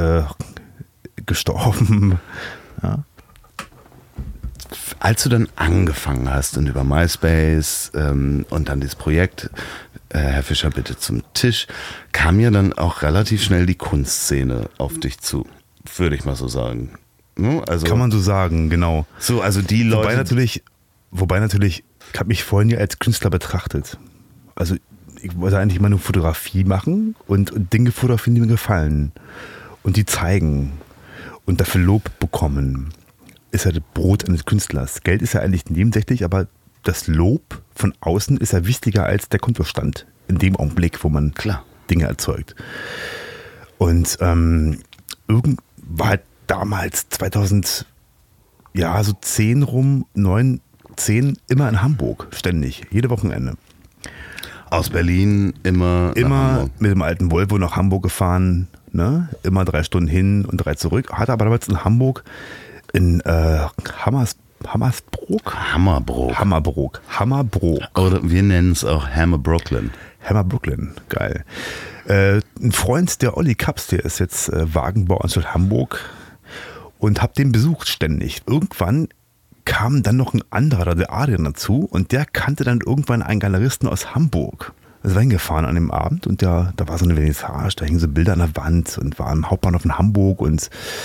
gestorben. Ja. Als du dann angefangen hast und über MySpace und dann dieses Projekt, Herr Fischer, bitte zum Tisch, kam ja dann auch relativ schnell die Kunstszene auf dich zu, würde ich mal so sagen. Also, kann man so sagen, genau. So, also die Leute. Wobei natürlich, ich habe mich vorhin ja als Künstler betrachtet. Also ich wollte eigentlich immer nur Fotografie machen und Dinge fotografieren, die mir gefallen. und die zeigen und dafür Lob bekommen, ist ja das Brot eines Künstlers. Geld ist ja eigentlich nebensächlich, aber das Lob von außen ist ja wichtiger als der Kontostand in dem Augenblick, wo man Dinge erzeugt. Und irgend war halt damals 2000, ja, so 10 rum, 9, 10, immer in Hamburg, ständig, jede Wochenende. Aus Berlin immer mit dem alten Volvo nach Hamburg gefahren, ne? Immer 3 Stunden hin und 3 zurück. Hatte aber damals in Hamburg in Hammersbrook? Hammerbrook. Oder wir nennen es auch Hammerbrooklyn. Hammerbrooklyn, geil. Ein Freund, der Olli Kaps, der ist jetzt Wagenbauanstalt Hamburg und hab den besucht ständig. Irgendwann kam dann noch ein anderer, der Adrian, dazu und der kannte dann irgendwann einen Galeristen aus Hamburg. Wir sind hingefahren an dem Abend und da war so eine Vernissage, da hingen so Bilder an der Wand und war im Hauptbahnhof in Hamburg und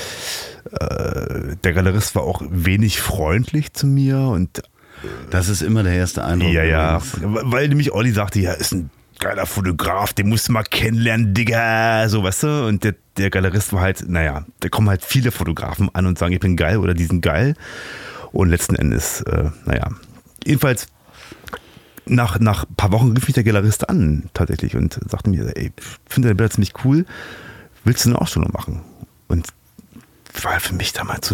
der Galerist war auch wenig freundlich zu mir und das ist immer der erste Eindruck. Ja, weil nämlich Olli sagte, ja, ist ein geiler Fotograf, den musst du mal kennenlernen, Digga, so, weißt du, und der Galerist war halt, naja, da kommen halt viele Fotografen an und sagen, ich bin geil oder die sind geil und letzten Endes, jedenfalls nach ein paar Wochen rief mich der Galerist an, tatsächlich, und sagte mir, ey, ich finde deine Bilder ziemlich cool, willst du eine Ausstellung machen? Und war für mich damals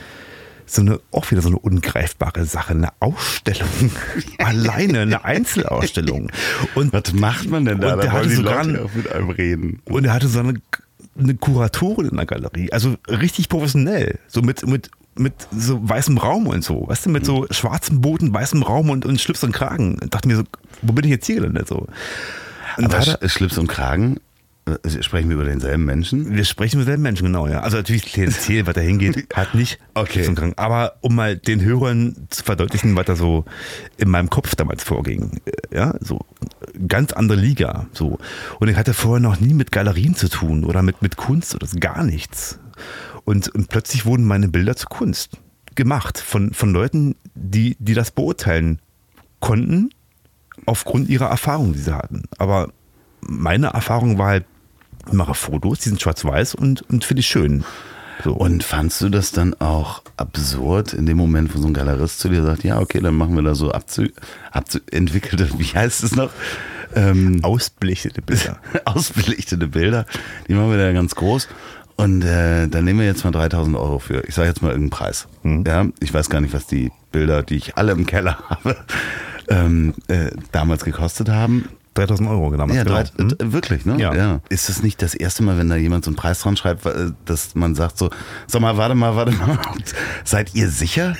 auch wieder so eine ungreifbare Sache, eine Ausstellung, alleine eine Einzelausstellung. Und was macht man denn da? Und der hatte die sogar Leute auch mit einem reden. Und er hatte so eine Kuratorin in der Galerie, also richtig professionell, so mit so weißem Raum und so, weißt du, mit so schwarzem Boden, weißem Raum und Schlips und Kragen. Ich dachte mir so, wo bin ich jetzt hier gelandet? So. Aber Schlips und Kragen, sprechen wir über denselben Menschen? Wir sprechen über denselben Menschen, genau, ja. Also natürlich das Klientel, was da hingeht, hat nicht Schlips und Kragen. Aber um mal den Hörern zu verdeutlichen, was da so in meinem Kopf damals vorging, ja, so ganz andere Liga, so. Und ich hatte vorher noch nie mit Galerien zu tun oder mit Kunst oder gar nichts. Und plötzlich wurden meine Bilder zu Kunst gemacht von Leuten, die das beurteilen konnten aufgrund ihrer Erfahrungen, die sie hatten. Aber meine Erfahrung war halt, ich mache Fotos, die sind schwarz-weiß und finde ich schön. So. Und fandst du das dann auch absurd in dem Moment, wo so ein Galerist zu dir sagt, ja, okay, dann machen wir da so entwickelte, wie heißt es noch? Ausbelichtete Bilder. Ausbelichtete Bilder, die machen wir da ganz groß. Und dann nehmen wir jetzt mal 3.000 Euro für. Ich sage jetzt mal irgendeinen Preis. Ja, ich weiß gar nicht, was die Bilder, die ich alle im Keller habe, damals gekostet haben. 3.000 Euro damals. Ja, wirklich, ne? Ja. Ist es nicht das erste Mal, wenn da jemand so einen Preis dran schreibt, dass man sagt so, sag mal, warte mal. Seid ihr sicher?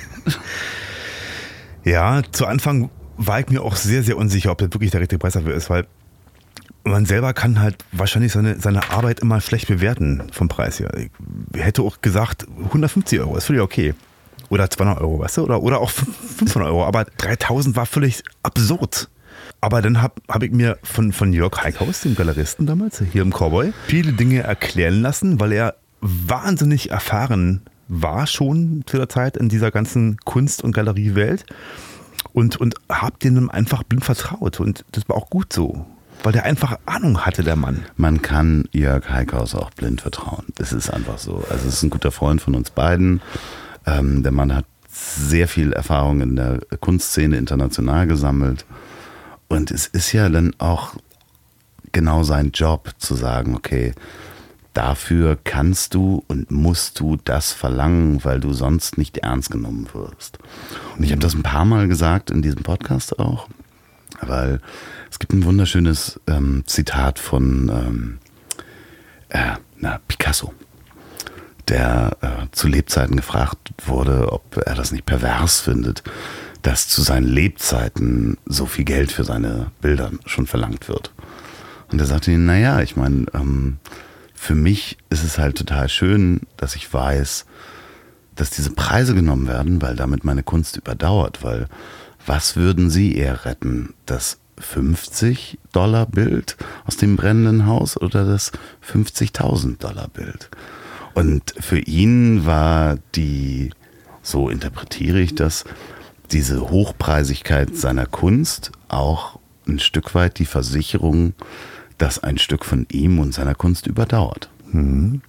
Ja, zu Anfang war ich mir auch sehr, sehr unsicher, ob das wirklich der richtige Preis dafür ist, weil man selber kann halt wahrscheinlich seine Arbeit immer schlecht bewerten vom Preis her. Ich hätte auch gesagt, 150 Euro ist völlig okay. Oder 200 Euro, weißt du? Oder auch 500 Euro. Aber 3.000 war völlig absurd. Aber dann hab ich mir von Jörg Heikhaus, dem Galeristen damals, hier im Cowboy, viele Dinge erklären lassen, weil er wahnsinnig erfahren war schon zu der Zeit in dieser ganzen Kunst- und Galeriewelt. Und hab denen einfach blind vertraut. Und das war auch gut so. Weil der einfach Ahnung hatte, der Mann. Man kann Jörg Heikhaus auch blind vertrauen. Es ist einfach so. Also es ist ein guter Freund von uns beiden. Der Mann hat sehr viel Erfahrung in der Kunstszene international gesammelt. Und es ist ja dann auch genau sein Job zu sagen, okay, dafür kannst du und musst du das verlangen, weil du sonst nicht ernst genommen wirst. Und ich habe das ein paar Mal gesagt in diesem Podcast auch, weil es gibt ein wunderschönes Zitat von Picasso, der zu Lebzeiten gefragt wurde, ob er das nicht pervers findet, dass zu seinen Lebzeiten so viel Geld für seine Bilder schon verlangt wird. Und er sagte ihm, naja, ich meine, für mich ist es halt total schön, dass ich weiß, dass diese Preise genommen werden, weil damit meine Kunst überdauert, weil was würden Sie eher retten? Das $50 Bild aus dem brennenden Haus oder das $50.000 Bild? Und für ihn war so interpretiere ich das, diese Hochpreisigkeit seiner Kunst auch ein Stück weit die Versicherung, dass ein Stück von ihm und seiner Kunst überdauert. Mhm.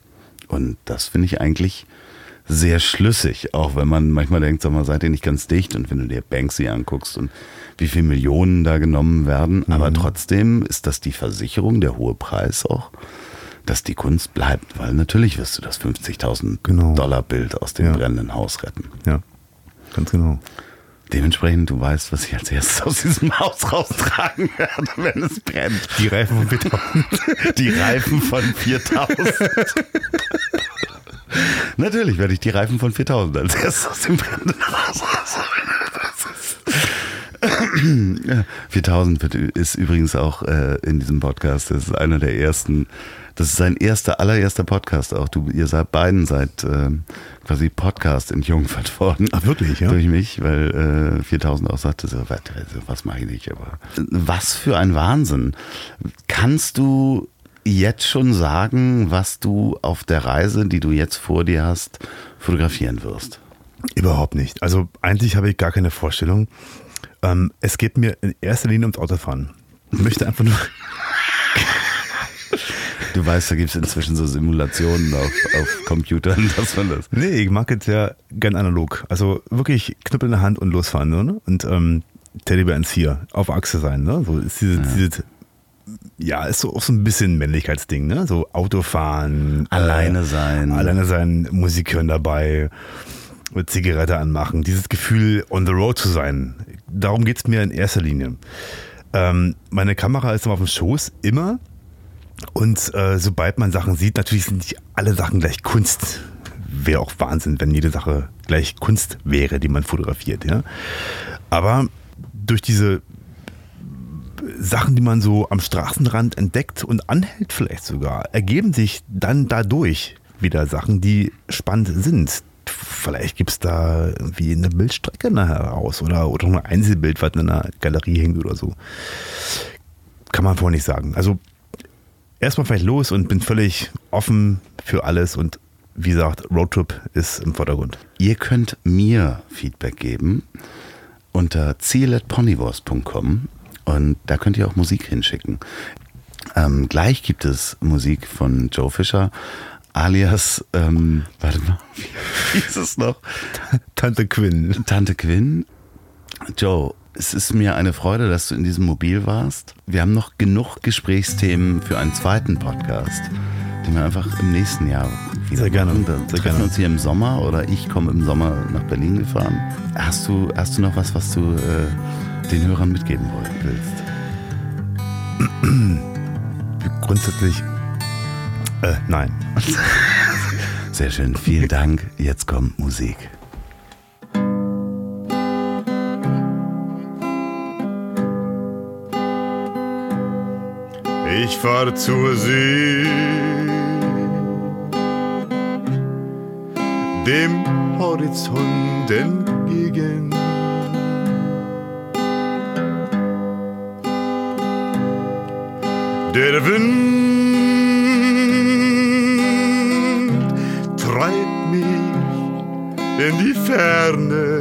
Und das finde ich eigentlich sehr schlüssig, auch wenn man manchmal denkt, sag mal, seid ihr nicht ganz dicht? Und wenn du dir Banksy anguckst und wie viele Millionen da genommen werden, aber trotzdem ist das die Versicherung, der hohe Preis auch, dass die Kunst bleibt, weil natürlich wirst du das 50.000 Dollar Bild aus dem brennenden Haus retten. Ja, ganz genau. Dementsprechend, du weißt, was ich als erstes aus diesem Haus raustragen werde, wenn es brennt. Die Reifen von 4.000. Die Reifen von 4.000. Natürlich werde ich die Reifen von 4.000 als erstes aus dem brennenden Haus rausholen. 4.000 ist übrigens auch in diesem Podcast, das ist einer der ersten, das ist sein allererster Podcast auch. Ihr seid beiden quasi Podcast entjungfert worden. Ach wirklich, ja? Durch mich, weil 4.000 auch sagte, so, was mache ich nicht, aber was für ein Wahnsinn. Kannst du jetzt schon sagen, was du auf der Reise, die du jetzt vor dir hast, fotografieren wirst? Überhaupt nicht. Also eigentlich habe ich gar keine Vorstellung. Es geht mir in erster Linie ums Autofahren. Ich möchte einfach nur... Du weißt, da gibt es inzwischen so Simulationen auf Computern, dass man das... Nee, ich mag es ja gern analog. Also wirklich Knüppel in der Hand und losfahren. Ne? Und Teddybär ins 4, auf Achse sein. Ne? So ist dieses ist so auch so ein bisschen Männlichkeitsding. Ne? So Autofahren. Alleine sein, Musik hören dabei, Zigarette anmachen. Dieses Gefühl, on the road zu sein. Darum geht es mir in erster Linie. Meine Kamera ist immer auf dem Schoß, immer. Und sobald man Sachen sieht, natürlich sind nicht alle Sachen gleich Kunst. Wäre auch Wahnsinn, wenn jede Sache gleich Kunst wäre, die man fotografiert. Ja? Aber durch diese Sachen, die man so am Straßenrand entdeckt und anhält vielleicht sogar, ergeben sich dann dadurch wieder Sachen, die spannend sind. Vielleicht gibt es da irgendwie eine Bildstrecke nachher raus oder ein Einzelbild, was in einer Galerie hängt oder so. Kann man vorher nicht sagen. Also erstmal vielleicht los und bin völlig offen für alles und wie gesagt, Roadtrip ist im Vordergrund. Ihr könnt mir Feedback geben unter ziel@ponywurst.com und da könnt ihr auch Musik hinschicken. Gleich gibt es Musik von Joe Fischer, alias, warte mal, wie hieß es noch? Tante Quinn. Tante Quinn. Joe, es ist mir eine Freude, dass du in diesem Mobil warst. Wir haben noch genug Gesprächsthemen für einen zweiten Podcast, den wir einfach im nächsten Jahr wieder sehr gerne. machen. Da treffen wir uns hier im Sommer oder ich komme im Sommer nach Berlin gefahren. Hast du noch was du den Hörern mitgeben willst? Grundsätzlich nein. Sehr schön, vielen Dank. Jetzt kommt Musik. Ich fahre zur See, dem Horizont entgegen. Der Wind treibt mich in die Ferne.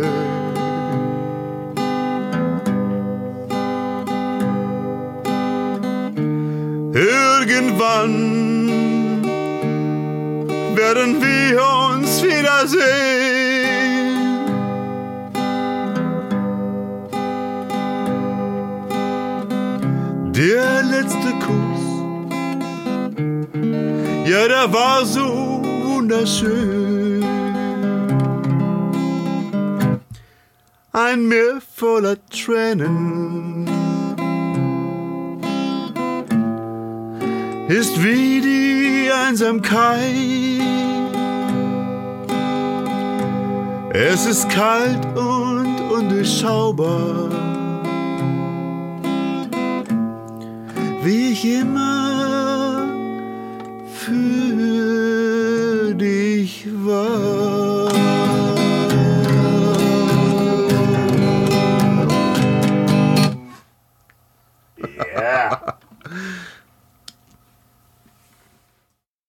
Irgendwann werden wir uns wiedersehen. Der letzte Kuss, ja, der war so wunderschön. Ein Meer voller Tränen ist wie die Einsamkeit. Es ist kalt und undurchschaubar, wie ich immer